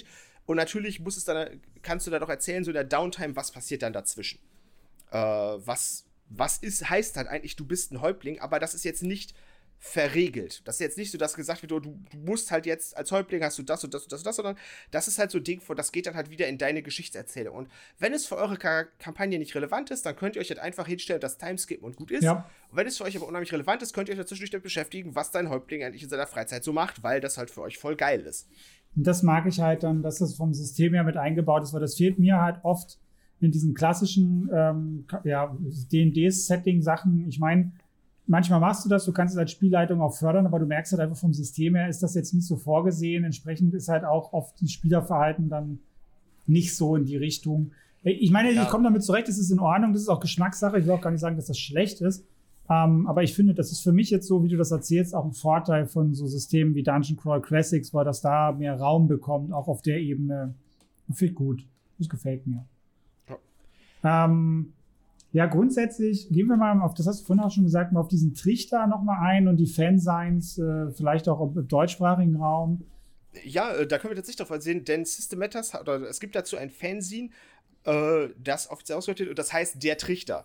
Und natürlich muss es dann, kannst du da doch erzählen, so in der Downtime, was passiert dann dazwischen. Äh, was, was ist, heißt halt eigentlich, du bist ein Häuptling, aber das ist jetzt nicht verregelt. Das ist jetzt nicht so, dass gesagt wird, du, du musst halt jetzt als Häuptling hast du das und das und das und das, sondern das ist halt so ein Ding, das geht dann halt wieder in deine Geschichtserzählung. Und wenn es für eure K- Kampagne nicht relevant ist, dann könnt ihr euch halt einfach hinstellen, das Timeskippen und gut ist. Ja. Und wenn es für euch aber unheimlich relevant ist, könnt ihr euch dazwischen damit beschäftigen, was dein Häuptling eigentlich in seiner Freizeit so macht, weil das halt für euch voll geil ist. Und das mag ich halt dann, dass das vom System her mit eingebaut ist, weil das fehlt mir halt oft in diesen klassischen ähm, ja, D und D-Setting-Sachen. Ich meine, manchmal machst du das, du kannst es als Spielleitung auch fördern, aber du merkst halt einfach vom System her, ist das jetzt nicht so vorgesehen. Entsprechend ist halt auch oft das Spielerverhalten dann nicht so in die Richtung. Ich meine, ja. ich komme damit zurecht, das ist in Ordnung, das ist auch Geschmackssache. Ich will auch gar nicht sagen, dass das schlecht ist. Ähm, aber ich finde, das ist für mich jetzt so, wie du das erzählst, auch ein Vorteil von so Systemen wie Dungeon Crawl Classics, weil das da mehr Raum bekommt, auch auf der Ebene. Finde ich gut. Das gefällt mir. Ja. Ähm, Ja, grundsätzlich gehen wir mal auf, das hast du vorhin auch schon gesagt, mal auf diesen Trichter nochmal ein und die Fansigns, äh, vielleicht auch im deutschsprachigen Raum. Ja, äh, da können wir tatsächlich drauf sehen, denn System Matters, oder es gibt dazu ein Fanzine, äh, das offiziell ausgerichtet und das heißt Der Trichter.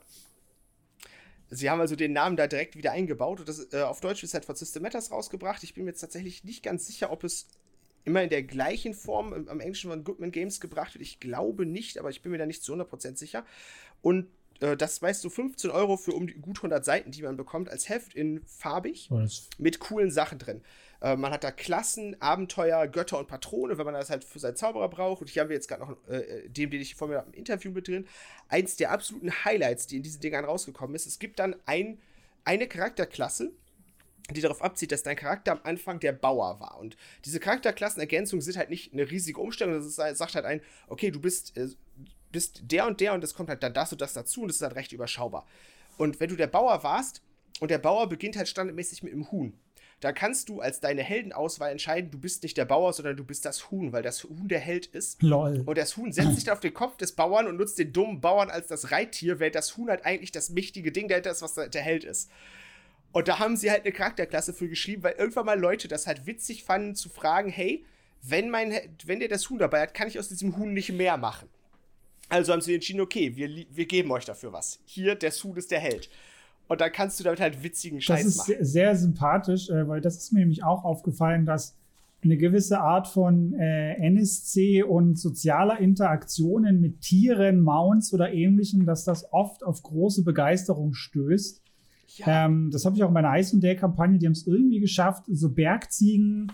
Sie haben also den Namen da direkt wieder eingebaut und das äh, auf Deutsch ist halt von System Matters rausgebracht. Ich bin mir jetzt tatsächlich nicht ganz sicher, ob es immer in der gleichen Form im, am Englischen von Goodman Games gebracht wird. Ich glaube nicht, aber ich bin mir da nicht zu hundert Prozent sicher. Und das weißt du, fünfzehn Euro für um die gut hundert Seiten, die man bekommt, als Heft in farbig, Was? mit coolen Sachen drin. Äh, man hat da Klassen, Abenteuer, Götter und Patrone, wenn man das halt für seinen Zauberer braucht. Und hier haben wir jetzt gerade noch äh, dem, den ich vor mir habe, im Interview mit drin. Eins der absoluten Highlights, die in diesen Dingern rausgekommen ist. Es gibt dann ein, eine Charakterklasse, die darauf abzieht, dass dein Charakter am Anfang der Bauer war. Und diese Charakterklassenergänzungen sind halt nicht eine riesige Umstellung. Das ist, sagt halt ein, okay, du bist äh, bist der und der und es kommt halt dann das und das dazu und das ist halt recht überschaubar. Und wenn du der Bauer warst und der Bauer beginnt halt standardmäßig mit dem Huhn, da kannst du als deine Heldenauswahl entscheiden, du bist nicht der Bauer, sondern du bist das Huhn, weil das Huhn der Held ist. Lol. Und das Huhn setzt sich dann auf den Kopf des Bauern und nutzt den dummen Bauern als das Reittier, während das Huhn halt eigentlich das mächtige Ding dahinter ist, was der Held ist. Und da haben sie halt eine Charakterklasse für geschrieben, weil irgendwann mal Leute das halt witzig fanden, zu fragen, hey, wenn, mein, wenn der das Huhn dabei hat, kann ich aus diesem Huhn nicht mehr machen. Also haben sie entschieden, okay, wir, wir geben euch dafür was. Hier, der Huhn ist der Held. Und dann kannst du damit halt witzigen Scheiß machen. Das ist machen. sehr sympathisch, äh, weil das ist mir nämlich auch aufgefallen, dass eine gewisse Art von äh, N S C und sozialer Interaktionen mit Tieren, Mounts oder Ähnlichem, dass das oft auf große Begeisterung stößt. Ja. Ähm, das habe ich auch in meiner Icewind Dale-Kampagne, die haben es irgendwie geschafft, so Bergziegen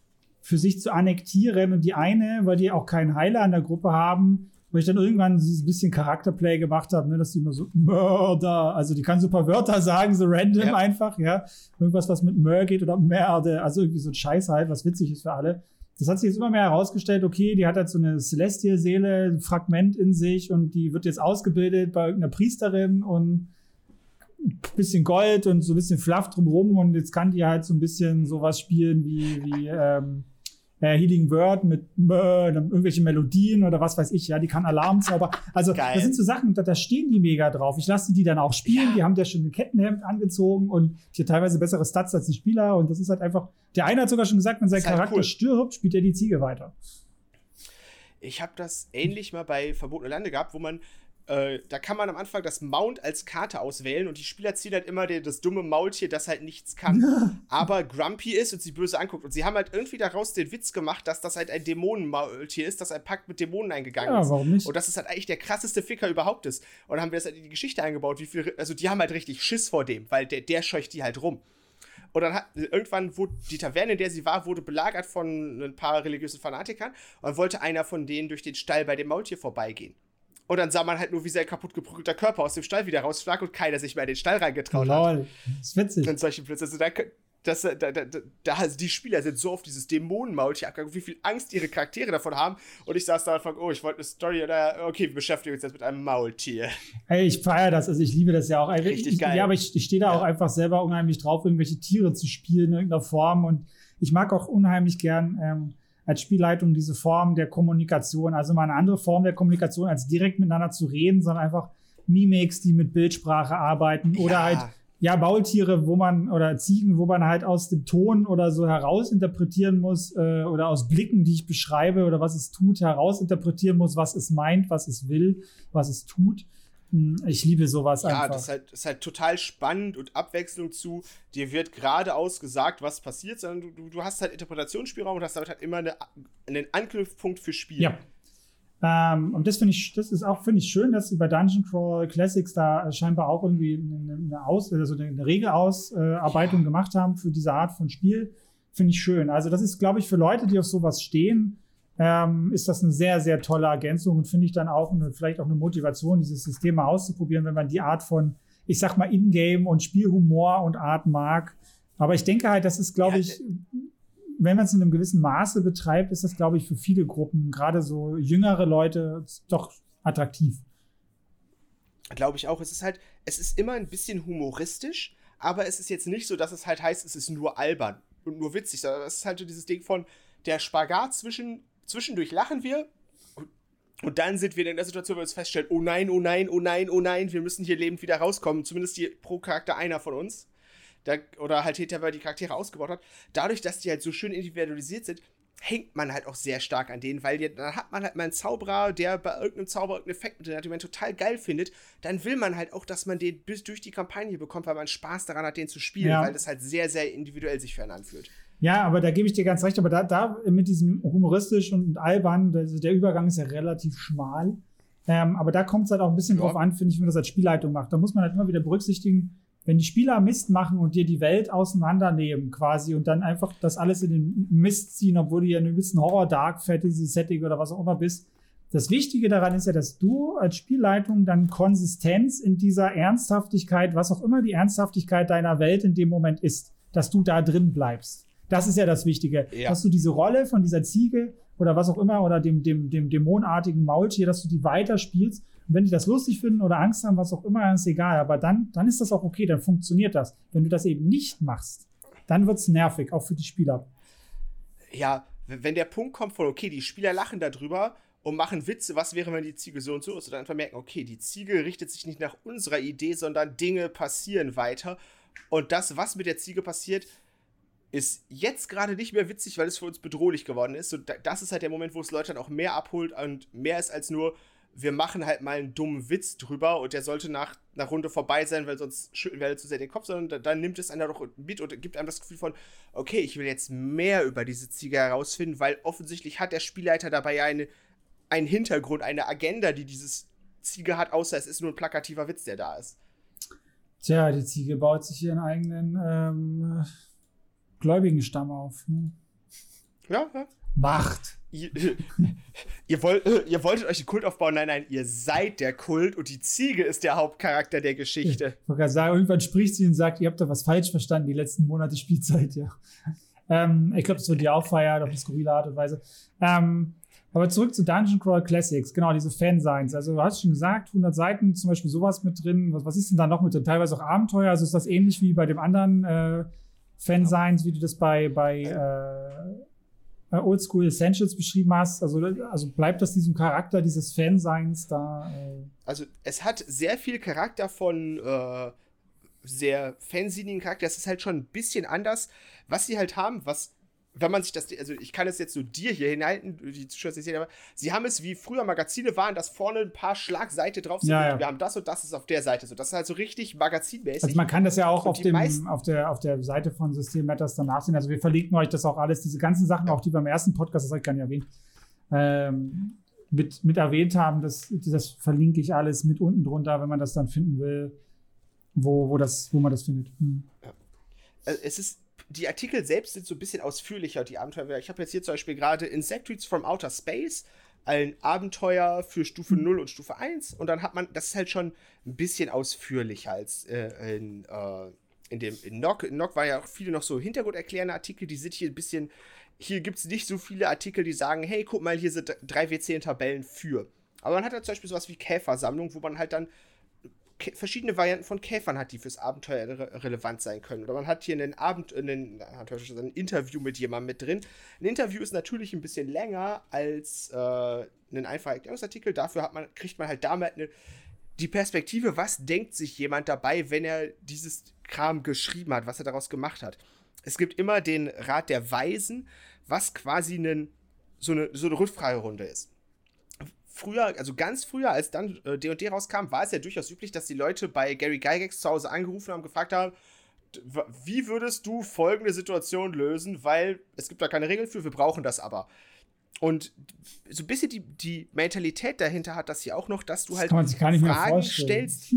für sich zu annektieren. Und die eine, weil die auch keinen Heiler in der Gruppe haben, weil ich dann irgendwann so ein bisschen Charakterplay gemacht habe, ne, dass die immer so Mörder, also die kann so ein paar Wörter sagen, so random ja. einfach, ja. Irgendwas, was mit Mör geht oder Merde, also irgendwie so ein Scheiß halt, was witzig ist für alle. Das hat sich jetzt immer mehr herausgestellt, okay, die hat halt so eine Celestial-Seele, ein Fragment in sich und die wird jetzt ausgebildet bei irgendeiner Priesterin und ein bisschen Gold und so ein bisschen Fluff drumrum und jetzt kann die halt so ein bisschen sowas spielen wie, wie, ähm, Äh, Healing Word mit äh, irgendwelche Melodien oder was weiß ich, ja, die kann Alarmzauber. Also Geil. Das sind so Sachen, da, da stehen die mega drauf. Ich lasse die dann auch spielen, ja. Die haben ja schon ein Kettenhemd angezogen und hier teilweise bessere Stats als die Spieler und das ist halt einfach, der eine hat sogar schon gesagt, wenn sein Charakter halt cool. stirbt, spielt er die Ziege weiter. Ich habe das ähnlich mal bei Verbotene Lande gehabt, wo man Äh, da kann man am Anfang das Mount als Karte auswählen und die Spieler ziehen halt immer den, das dumme Maultier, das halt nichts kann, aber grumpy ist und sie böse anguckt. Und sie haben halt irgendwie daraus den Witz gemacht, dass das halt ein Dämonenmaultier ist, das ein Pakt mit Dämonen eingegangen ja, ist. Warum nicht? Und das ist halt eigentlich der krasseste Ficker überhaupt ist. Und dann haben wir das halt in die Geschichte eingebaut, wie viel, also die haben halt richtig Schiss vor dem, weil der, der scheucht die halt rum. Und dann hat irgendwann wurde die Taverne, in der sie war, wurde belagert von ein paar religiösen Fanatikern und wollte einer von denen durch den Stall bei dem Maultier vorbeigehen. Und dann sah man halt nur, wie sein kaputt geprügelter Körper aus dem Stall wieder rausflag und keiner sich mehr in den Stall reingetraut Lol, hat. Das ist witzig. Und solche Blitze. Also da, das, da, da, da, also die Spieler sind so auf dieses Dämonenmaultier abgegangen, wie viel Angst ihre Charaktere davon haben. Und ich saß da und fand, oh, ich wollte eine Story, oder okay, wir beschäftigen uns jetzt mit einem Maultier. Hey, ich feiere das, also ich liebe das ja auch. Richtig ich, geil. Ja, aber ich, ich stehe da ja. auch einfach selber unheimlich drauf, irgendwelche Tiere zu spielen in irgendeiner Form. Und ich mag auch unheimlich gern ähm, als Spielleitung diese Form der Kommunikation, also mal eine andere Form der Kommunikation, als direkt miteinander zu reden, sondern einfach Mimics, die mit Bildsprache arbeiten ja. oder halt ja, Maultiere, wo man, oder Ziegen, wo man halt aus dem Ton oder so herausinterpretieren muss, äh, oder aus Blicken, die ich beschreibe oder was es tut, herausinterpretieren muss, was es meint, was es will, was es tut. Ich liebe sowas ja, einfach. Ja, das ist, halt, das ist halt total spannend und Abwechslung zu, dir wird geradeaus gesagt, was passiert, sondern du, du hast halt Interpretationsspielraum und hast damit halt immer eine, einen Anknüpfpunkt für Spiel. Ja. Ähm, und das finde ich, das ist auch, finde ich schön, dass sie bei Dungeon Crawl Classics da scheinbar auch irgendwie eine, eine, Aus, also eine Regelausarbeitung ja. gemacht haben für diese Art von Spiel. Finde ich schön. Also das ist, glaube ich, für Leute, die auf sowas stehen, ähm, ist das eine sehr, sehr tolle Ergänzung und finde ich dann auch eine, vielleicht auch eine Motivation, dieses System mal auszuprobieren, wenn man die Art von, ich sag mal, Ingame und Spielhumor und Art mag. Aber ich denke halt, das ist, glaube ja, ich, wenn man es in einem gewissen Maße betreibt, ist das, glaube ich, für viele Gruppen, gerade so jüngere Leute, doch attraktiv. Glaube ich auch. Es ist halt, es ist immer ein bisschen humoristisch, aber es ist jetzt nicht so, dass es halt heißt, es ist nur albern und nur witzig, sondern es ist halt so dieses Ding von der Spagat zwischen Zwischendurch lachen wir und, und dann sind wir in der Situation, wo wir uns feststellen, oh nein, oh nein, oh nein, oh nein, wir müssen hier lebend wieder rauskommen. Zumindest die, pro Charakter einer von uns. Da, oder halt hinterher, weil die Charaktere ausgebaut hat. Dadurch, dass die halt so schön individualisiert sind, hängt man halt auch sehr stark an denen, weil die, dann hat man halt mal einen Zauberer, der bei irgendeinem Zauber irgendeinen Effekt mit drin hat, den man total geil findet. Dann will man halt auch, dass man den bis durch die Kampagne bekommt, weil man Spaß daran hat, den zu spielen, ja. weil das halt sehr, sehr individuell sich für einen anfühlt. Ja, aber da gebe ich dir ganz recht, aber da, da mit diesem humoristisch und albern, der, der Übergang ist ja relativ schmal. Ähm, aber da kommt es halt auch ein bisschen ja. drauf an, finde ich, wenn man das als Spielleitung macht. Da muss man halt immer wieder berücksichtigen, wenn die Spieler Mist machen und dir die Welt auseinandernehmen quasi und dann einfach das alles in den Mist ziehen, obwohl du ja in einem gewissen Horror-Dark-Fantasy-Setting oder was auch immer bist. Das Wichtige daran ist ja, dass du als Spielleitung dann Konsistenz in dieser Ernsthaftigkeit, was auch immer die Ernsthaftigkeit deiner Welt in dem Moment ist, dass du da drin bleibst. Das ist ja das Wichtige, ja. dass du diese Rolle von dieser Ziege oder was auch immer oder dem, dem, dem dämonartigen Maultier, dass du die weiterspielst. Und wenn die das lustig finden oder Angst haben, was auch immer, ist egal. Aber dann, dann ist das auch okay, dann funktioniert das. Wenn du das eben nicht machst, dann wird's nervig, auch für die Spieler. Ja, wenn der Punkt kommt von, okay, die Spieler lachen darüber und machen Witze, was wäre, wenn die Ziege so und so ist, und dann einfach merken, okay, die Ziege richtet sich nicht nach unserer Idee, sondern Dinge passieren weiter. Und das, was mit der Ziege passiert, ist jetzt gerade nicht mehr witzig, weil es für uns bedrohlich geworden ist. Und das ist halt der Moment, wo es Leute dann auch mehr abholt und mehr ist als nur, wir machen halt mal einen dummen Witz drüber und der sollte nach einer Runde vorbei sein, weil sonst schütteln wir alle zu sehr den Kopf, sondern dann, dann nimmt es einer doch mit und gibt einem das Gefühl von, okay, ich will jetzt mehr über diese Ziege herausfinden, weil offensichtlich hat der Spielleiter dabei eine, einen Hintergrund, eine Agenda, die dieses Ziege hat, außer es ist nur ein plakativer Witz, der da ist. Tja, die Ziege baut sich ihren eigenen ähm gläubigen Stamm auf. Hm. Ja, ja. Macht. Ihr, ihr, wollt, ihr wolltet euch den Kult aufbauen. Nein, nein, ihr seid der Kult und die Ziege ist der Hauptcharakter der Geschichte. Ich wollte gerade sagen, irgendwann spricht sie und sagt, ihr habt da was falsch verstanden, die letzten Monate Spielzeit, ja. Ähm, ich glaube, das wird ihr auch feiern, auf eine skurrile Art und Weise. Ähm, aber zurück zu Dungeon Crawl Classics, genau, diese Fansigns. Also du hast schon gesagt, hundert Seiten, zum Beispiel sowas mit drin. Was, was ist denn da noch mit drin? Teilweise auch Abenteuer, also ist das ähnlich wie bei dem anderen äh, Fansigns, wie du das bei, bei äh, Oldschool Essentials beschrieben hast. Also, also bleibt das diesem Charakter dieses Fansigns da? Äh also es hat sehr viel Charakter von äh, sehr fanzinigen Charakter. Das ist halt schon ein bisschen anders. Was sie halt haben, was wenn man sich das, also ich kann es jetzt so dir hier hinhalten, die Zuschauer nicht sehen, aber sie haben es, wie früher Magazine waren, dass vorne ein paar Schlagseite drauf sind. Ja, ja. Wir haben das und das ist auf der Seite. So, das ist halt so richtig magazinmäßig. Also man kann das ja auch auf, dem, auf, der, auf der Seite von System Matters danach sehen. Also wir verlinken euch das auch alles, diese ganzen Sachen, auch die beim ersten Podcast, das habe ich gar nicht erwähnt, ähm, mit, mit erwähnt haben. Das, das verlinke ich alles mit unten drunter, wenn man das dann finden will, wo, wo, das, wo man das findet. Hm. Ja. Also es ist Die Artikel selbst sind so ein bisschen ausführlicher, die Abenteuer. Ich habe jetzt hier zum Beispiel gerade Insectoids from Outer Space, ein Abenteuer für Stufe null und Stufe eins. Und dann hat man, das ist halt schon ein bisschen ausführlicher als äh, in, äh, in dem in Nock. In Nock war ja auch viele noch so hintergrunderklärende Artikel, die sind hier ein bisschen, hier gibt es nicht so viele Artikel, die sagen, hey, guck mal, hier sind drei W zehn-Tabellen für. Aber man hat halt zum Beispiel sowas wie Käfersammlung, wo man halt dann verschiedene Varianten von Käfern hat, die fürs Abenteuer re- relevant sein können. Oder man hat hier einen Abend, einen, ein Interview mit jemandem mit drin. Ein Interview ist natürlich ein bisschen länger als äh, ein einfacher Erklärungsartikel. Dafür hat man, kriegt man halt damit eine die Perspektive, was denkt sich jemand dabei, wenn er dieses Kram geschrieben hat, was er daraus gemacht hat. Es gibt immer den Rat der Weisen, was quasi einen, so, eine, so eine Rückfragerunde ist. Früher, also ganz früher, als dann äh, D und D rauskam, war es ja durchaus üblich, dass die Leute bei Gary Gygax zu Hause angerufen haben und gefragt haben, wie würdest du folgende Situation lösen, weil es gibt da keine Regeln für, wir brauchen das aber. Und so ein bisschen die, die Mentalität dahinter hat das hier auch noch, dass du das halt kann man sich gar nicht Fragen mehr stellst.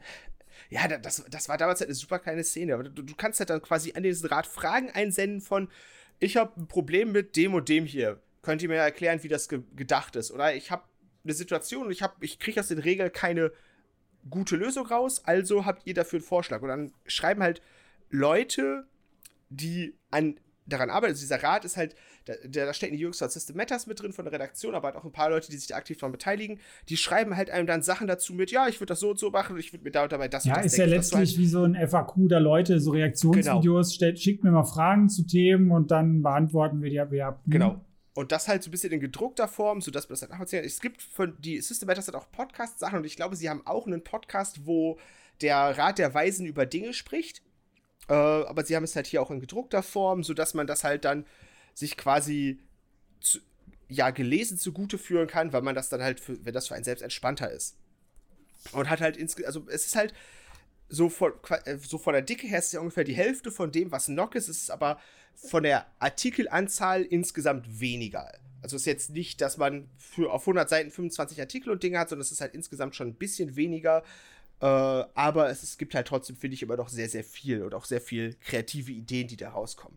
Ja, das, das war damals halt eine super kleine Szene. Aber du, du kannst halt dann quasi an diesen Rat Fragen einsenden von, ich habe ein Problem mit dem und dem hier. Könnt ihr mir erklären, wie das ge- gedacht ist? Oder ich habe eine Situation und ich, hab, ich kriege aus den Regeln keine gute Lösung raus, also habt ihr dafür einen Vorschlag. Und dann schreiben halt Leute, die an, daran arbeiten. Also dieser Rat ist halt, da, da stecken die Jungs von System Matters mit drin, von der Redaktion, aber halt auch ein paar Leute, die sich da aktiv daran beteiligen. Die schreiben halt einem dann Sachen dazu mit, ja, ich würde das so und so machen, ich würde mir da und dabei das ja, und das ist denken. ja letztlich halt wie so ein F A Q der Leute, so Reaktionsvideos, genau. stellt, schickt mir mal Fragen zu Themen und dann beantworten wir die ab. Ja. Genau. Und das halt so ein bisschen in gedruckter Form, sodass man das halt nachvollziehen kann. Es gibt von die System Matters hat auch Podcast-Sachen und ich glaube, sie haben auch einen Podcast, wo der Rat der Weisen über Dinge spricht. Äh, aber sie haben es halt hier auch in gedruckter Form, sodass man das halt dann sich quasi zu, ja, gelesen zugute führen kann, weil man das dann halt, für, wenn das für einen selbst entspannter ist. Und hat halt insgesamt, also es ist halt so von, so von der Dicke her ist es ja ungefähr die Hälfte von dem, was Nock ist, es ist aber von der Artikelanzahl insgesamt weniger. Also es ist jetzt nicht, dass man für auf hundert Seiten fünfundzwanzig Artikel und Dinge hat, sondern es ist halt insgesamt schon ein bisschen weniger. Äh, aber es, es gibt halt trotzdem, finde ich, immer noch sehr, sehr viel und auch sehr viel kreative Ideen, die da rauskommen.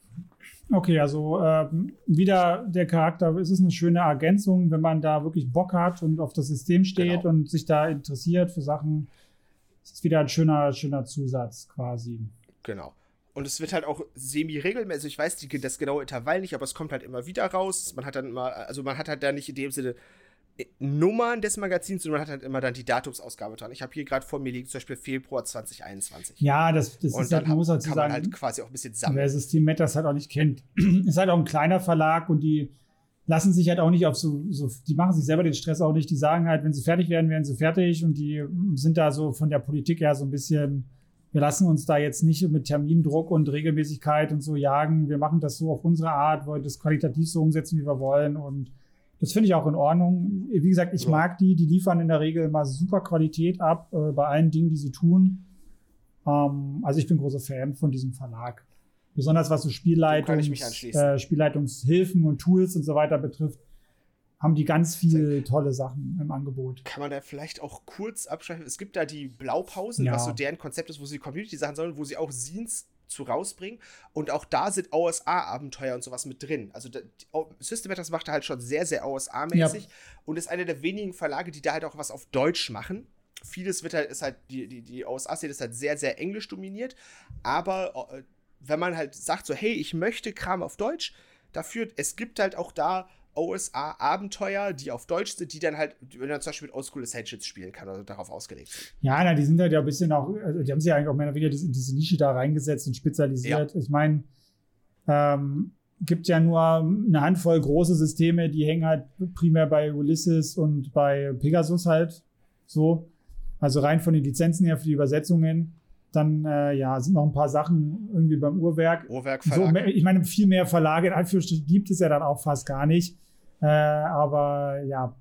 Okay, also ähm, wieder der Charakter, es ist eine schöne Ergänzung, wenn man da wirklich Bock hat und auf das System steht genau. und sich da interessiert für Sachen. Es ist wieder ein schöner, schöner Zusatz quasi. Genau. Und es wird halt auch semi-regelmäßig, also ich weiß die, das genaue Intervall nicht, aber es kommt halt immer wieder raus. Man hat dann immer, also man hat halt da nicht in dem Sinne Nummern des Magazins, sondern man hat halt immer dann die Datumsausgabe dran. Ich habe hier gerade vor mir liegen zum Beispiel Februar zwanzig einundzwanzig. Ja, das, das und ist halt, dann muss hab, dazu kann sagen, man halt quasi auch ein bisschen sammeln. Wer System Matters halt auch nicht kennt. Ist halt auch ein kleiner Verlag und die lassen sich halt auch nicht auf so, so, die machen sich selber den Stress auch nicht. Die sagen halt, wenn sie fertig werden, werden sie fertig und die sind da so von der Politik her so ein bisschen, wir lassen uns da jetzt nicht mit Termindruck und Regelmäßigkeit und so jagen. Wir machen das so auf unsere Art, wollen das qualitativ so umsetzen, wie wir wollen und das finde ich auch in Ordnung. Wie gesagt, ich ja. mag die, die liefern in der Regel immer super Qualität ab äh, bei allen Dingen, die sie tun. Ähm, also ich bin großer Fan von diesem Verlag. Besonders was so Spielleitungs, äh, Spielleitungshilfen und Tools und so weiter betrifft, haben die ganz viele tolle Sachen im Angebot. Kann man da vielleicht auch kurz abschreiben? Es gibt da die Blaupausen, ja. was so deren Konzept ist, wo sie Community-Sachen sollen, wo sie auch Scenes zu rausbringen. Und auch da sind O S A-Abenteuer und sowas mit drin. Also da, System Matters macht da halt schon sehr, sehr O S A-mäßig ja. und ist einer der wenigen Verlage, die da halt auch was auf Deutsch machen. Vieles wird halt, ist halt, die, die, die O S A-Szene ist halt sehr, sehr englisch dominiert. Aber äh, wenn man halt sagt so, hey, ich möchte Kram auf Deutsch, dafür, es gibt halt auch da O S A-Abenteuer, die auf Deutsch sind, die dann halt, wenn man zum Beispiel mit Oldschool Essentials spielen kann oder darauf ausgelegt sind. Ja, na, die sind halt ja ein bisschen auch, also die haben sich ja eigentlich auch mehr oder weniger in diese Nische da reingesetzt und spezialisiert. Ja. Ich meine, ähm, gibt ja nur eine Handvoll große Systeme, die hängen halt primär bei Ulysses und bei Pegasus halt so. Also rein von den Lizenzen her für die Übersetzungen. Dann, äh, ja, sind noch ein paar Sachen irgendwie beim Uhrwerk. Uhrwerk Verlag. So, ich meine, viel mehr Verlage in Anführungsstrichen gibt es ja dann auch fast gar nicht. Äh, aber ja,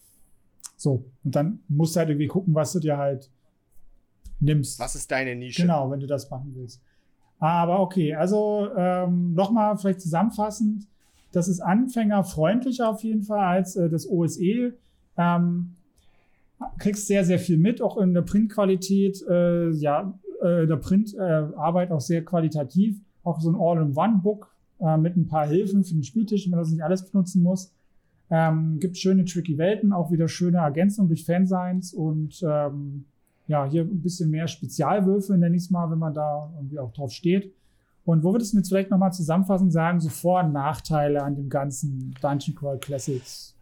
so. Und dann musst du halt irgendwie gucken, was du dir halt nimmst. Was ist deine Nische? Genau, wenn du das machen willst. Aber okay, also ähm, nochmal vielleicht zusammenfassend. Das ist anfängerfreundlicher auf jeden Fall als äh, das O S E. Ähm, kriegst sehr, sehr viel mit, auch in der Printqualität. Äh, ja, äh, der Printarbeit äh, auch sehr qualitativ. Auch so ein All-in-One-Book äh, mit ein paar Hilfen für den Spieltisch, wenn man das nicht alles benutzen muss. Ähm, gibt schöne, tricky Welten, auch wieder schöne Ergänzungen durch Fansigns und ähm, ja, hier ein bisschen mehr Spezialwürfe, nenne ich es mal, wenn man da irgendwie auch drauf steht. Und wo würdest du jetzt vielleicht nochmal zusammenfassend sagen, so Vor- und Nachteile an dem ganzen Dungeon Crawl Classics?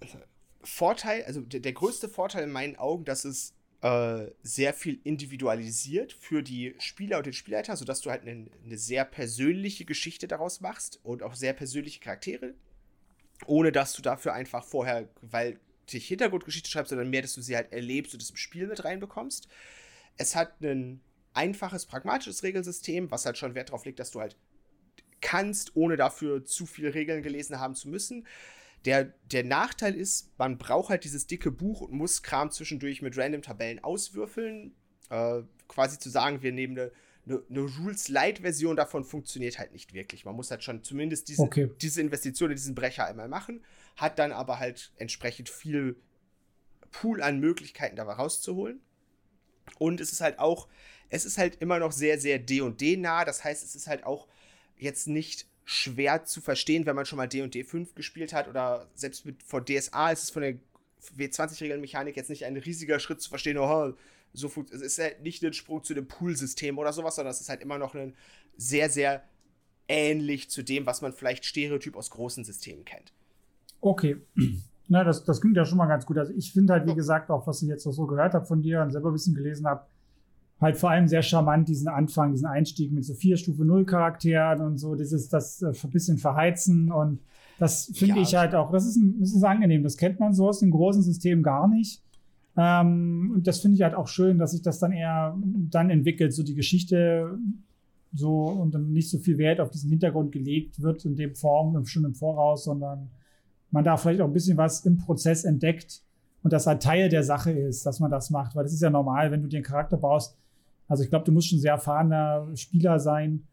Vorteil, also der, der größte Vorteil in meinen Augen, dass es äh, sehr viel individualisiert für die Spieler und den Spielleiter, sodass du halt eine, eine sehr persönliche Geschichte daraus machst und auch sehr persönliche Charaktere, ohne dass du dafür einfach vorher, weil die Hintergrundgeschichte schreibst, sondern mehr, dass du sie halt erlebst und das im Spiel mit reinbekommst. Es hat ein einfaches, pragmatisches Regelsystem, was halt schon Wert darauf legt, dass du halt kannst, ohne dafür zu viele Regeln gelesen haben zu müssen. Der, der Nachteil ist, man braucht halt dieses dicke Buch und muss Kram zwischendurch mit Random-Tabellen auswürfeln. Äh, quasi zu sagen, wir nehmen eine, eine, eine Rules-Light-Version davon, funktioniert halt nicht wirklich. Man muss halt schon zumindest diese, okay. diese Investition in diesen Brecher einmal machen, hat dann aber halt entsprechend viel Pool an Möglichkeiten dabei rauszuholen. Und es ist halt auch, es ist halt immer noch sehr, sehr D und D-nah. Das heißt, es ist halt auch jetzt nicht schwer zu verstehen, wenn man schon mal D und D fünf gespielt hat oder selbst mit von D S A ist es von der W zwanzig-Regeln-Mechanik jetzt nicht ein riesiger Schritt zu verstehen, oh, so es ist halt nicht ein Sprung zu dem Pool-System oder sowas, sondern es ist halt immer noch ein sehr, sehr ähnlich zu dem, was man vielleicht Stereotyp aus großen Systemen kennt. Okay. Na, das, das klingt ja schon mal ganz gut. Also ich finde halt, wie gesagt, auch was ich jetzt noch so gehört habe von dir und selber ein bisschen gelesen habe, halt vor allem sehr charmant, diesen Anfang, diesen Einstieg mit so vier Stufe null Charakteren und so, dieses, das äh, ein bisschen verheizen und das finde ja, ich halt auch, das ist, ein, das ist angenehm, das kennt man so aus den großen Systemen gar nicht. Ähm, und das finde ich halt auch schön, dass sich das dann eher dann entwickelt, so die Geschichte so und dann nicht so viel Wert auf diesen Hintergrund gelegt wird in dem Form schon im Voraus, sondern man da vielleicht auch ein bisschen was im Prozess entdeckt und das halt Teil der Sache ist, dass man das macht, weil das ist ja normal, wenn du dir einen Charakter baust. Also ich glaube, du musst schon sehr erfahrener Spieler sein,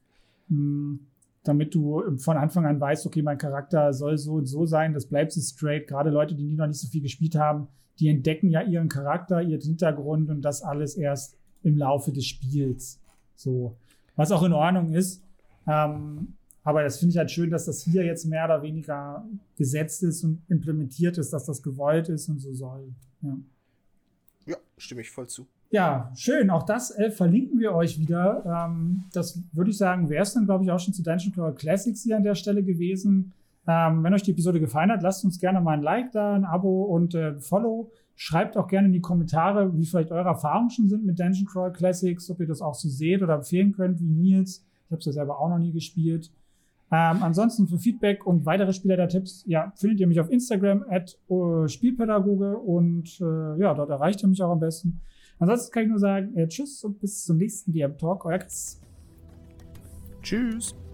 damit du von Anfang an weißt, okay, mein Charakter soll so und so sein, das bleibt so straight. Gerade Leute, die noch nicht so viel gespielt haben, die entdecken ja ihren Charakter, ihren Hintergrund und das alles erst im Laufe des Spiels. So, was auch in Ordnung ist. Ähm, aber das finde ich halt schön, dass das hier jetzt mehr oder weniger gesetzt ist und implementiert ist, dass das gewollt ist und so soll. Ja, ja, stimme ich voll zu. Ja, schön. Auch das äh, verlinken wir euch wieder. Ähm, das würde ich sagen, wäre es dann, glaube ich, auch schon zu Dungeon Crawler Classics hier an der Stelle gewesen. Ähm, wenn euch die Episode gefallen hat, lasst uns gerne mal ein Like da, ein Abo und äh, ein Follow. Schreibt auch gerne in die Kommentare, wie vielleicht eure Erfahrungen schon sind mit Dungeon Crawler Classics, ob ihr das auch so seht oder empfehlen könnt, wie Nils. Ich habe es ja selber auch noch nie gespielt. Ähm, ansonsten für Feedback und weitere Spieler-Tipps, ja, findet ihr mich auf Instagram at uh, Spielpädagoge und äh, ja, dort erreicht ihr mich auch am besten. Ansonsten kann ich nur sagen, äh, tschüss und bis zum nächsten D M Talk. Euer Chris. Tschüss.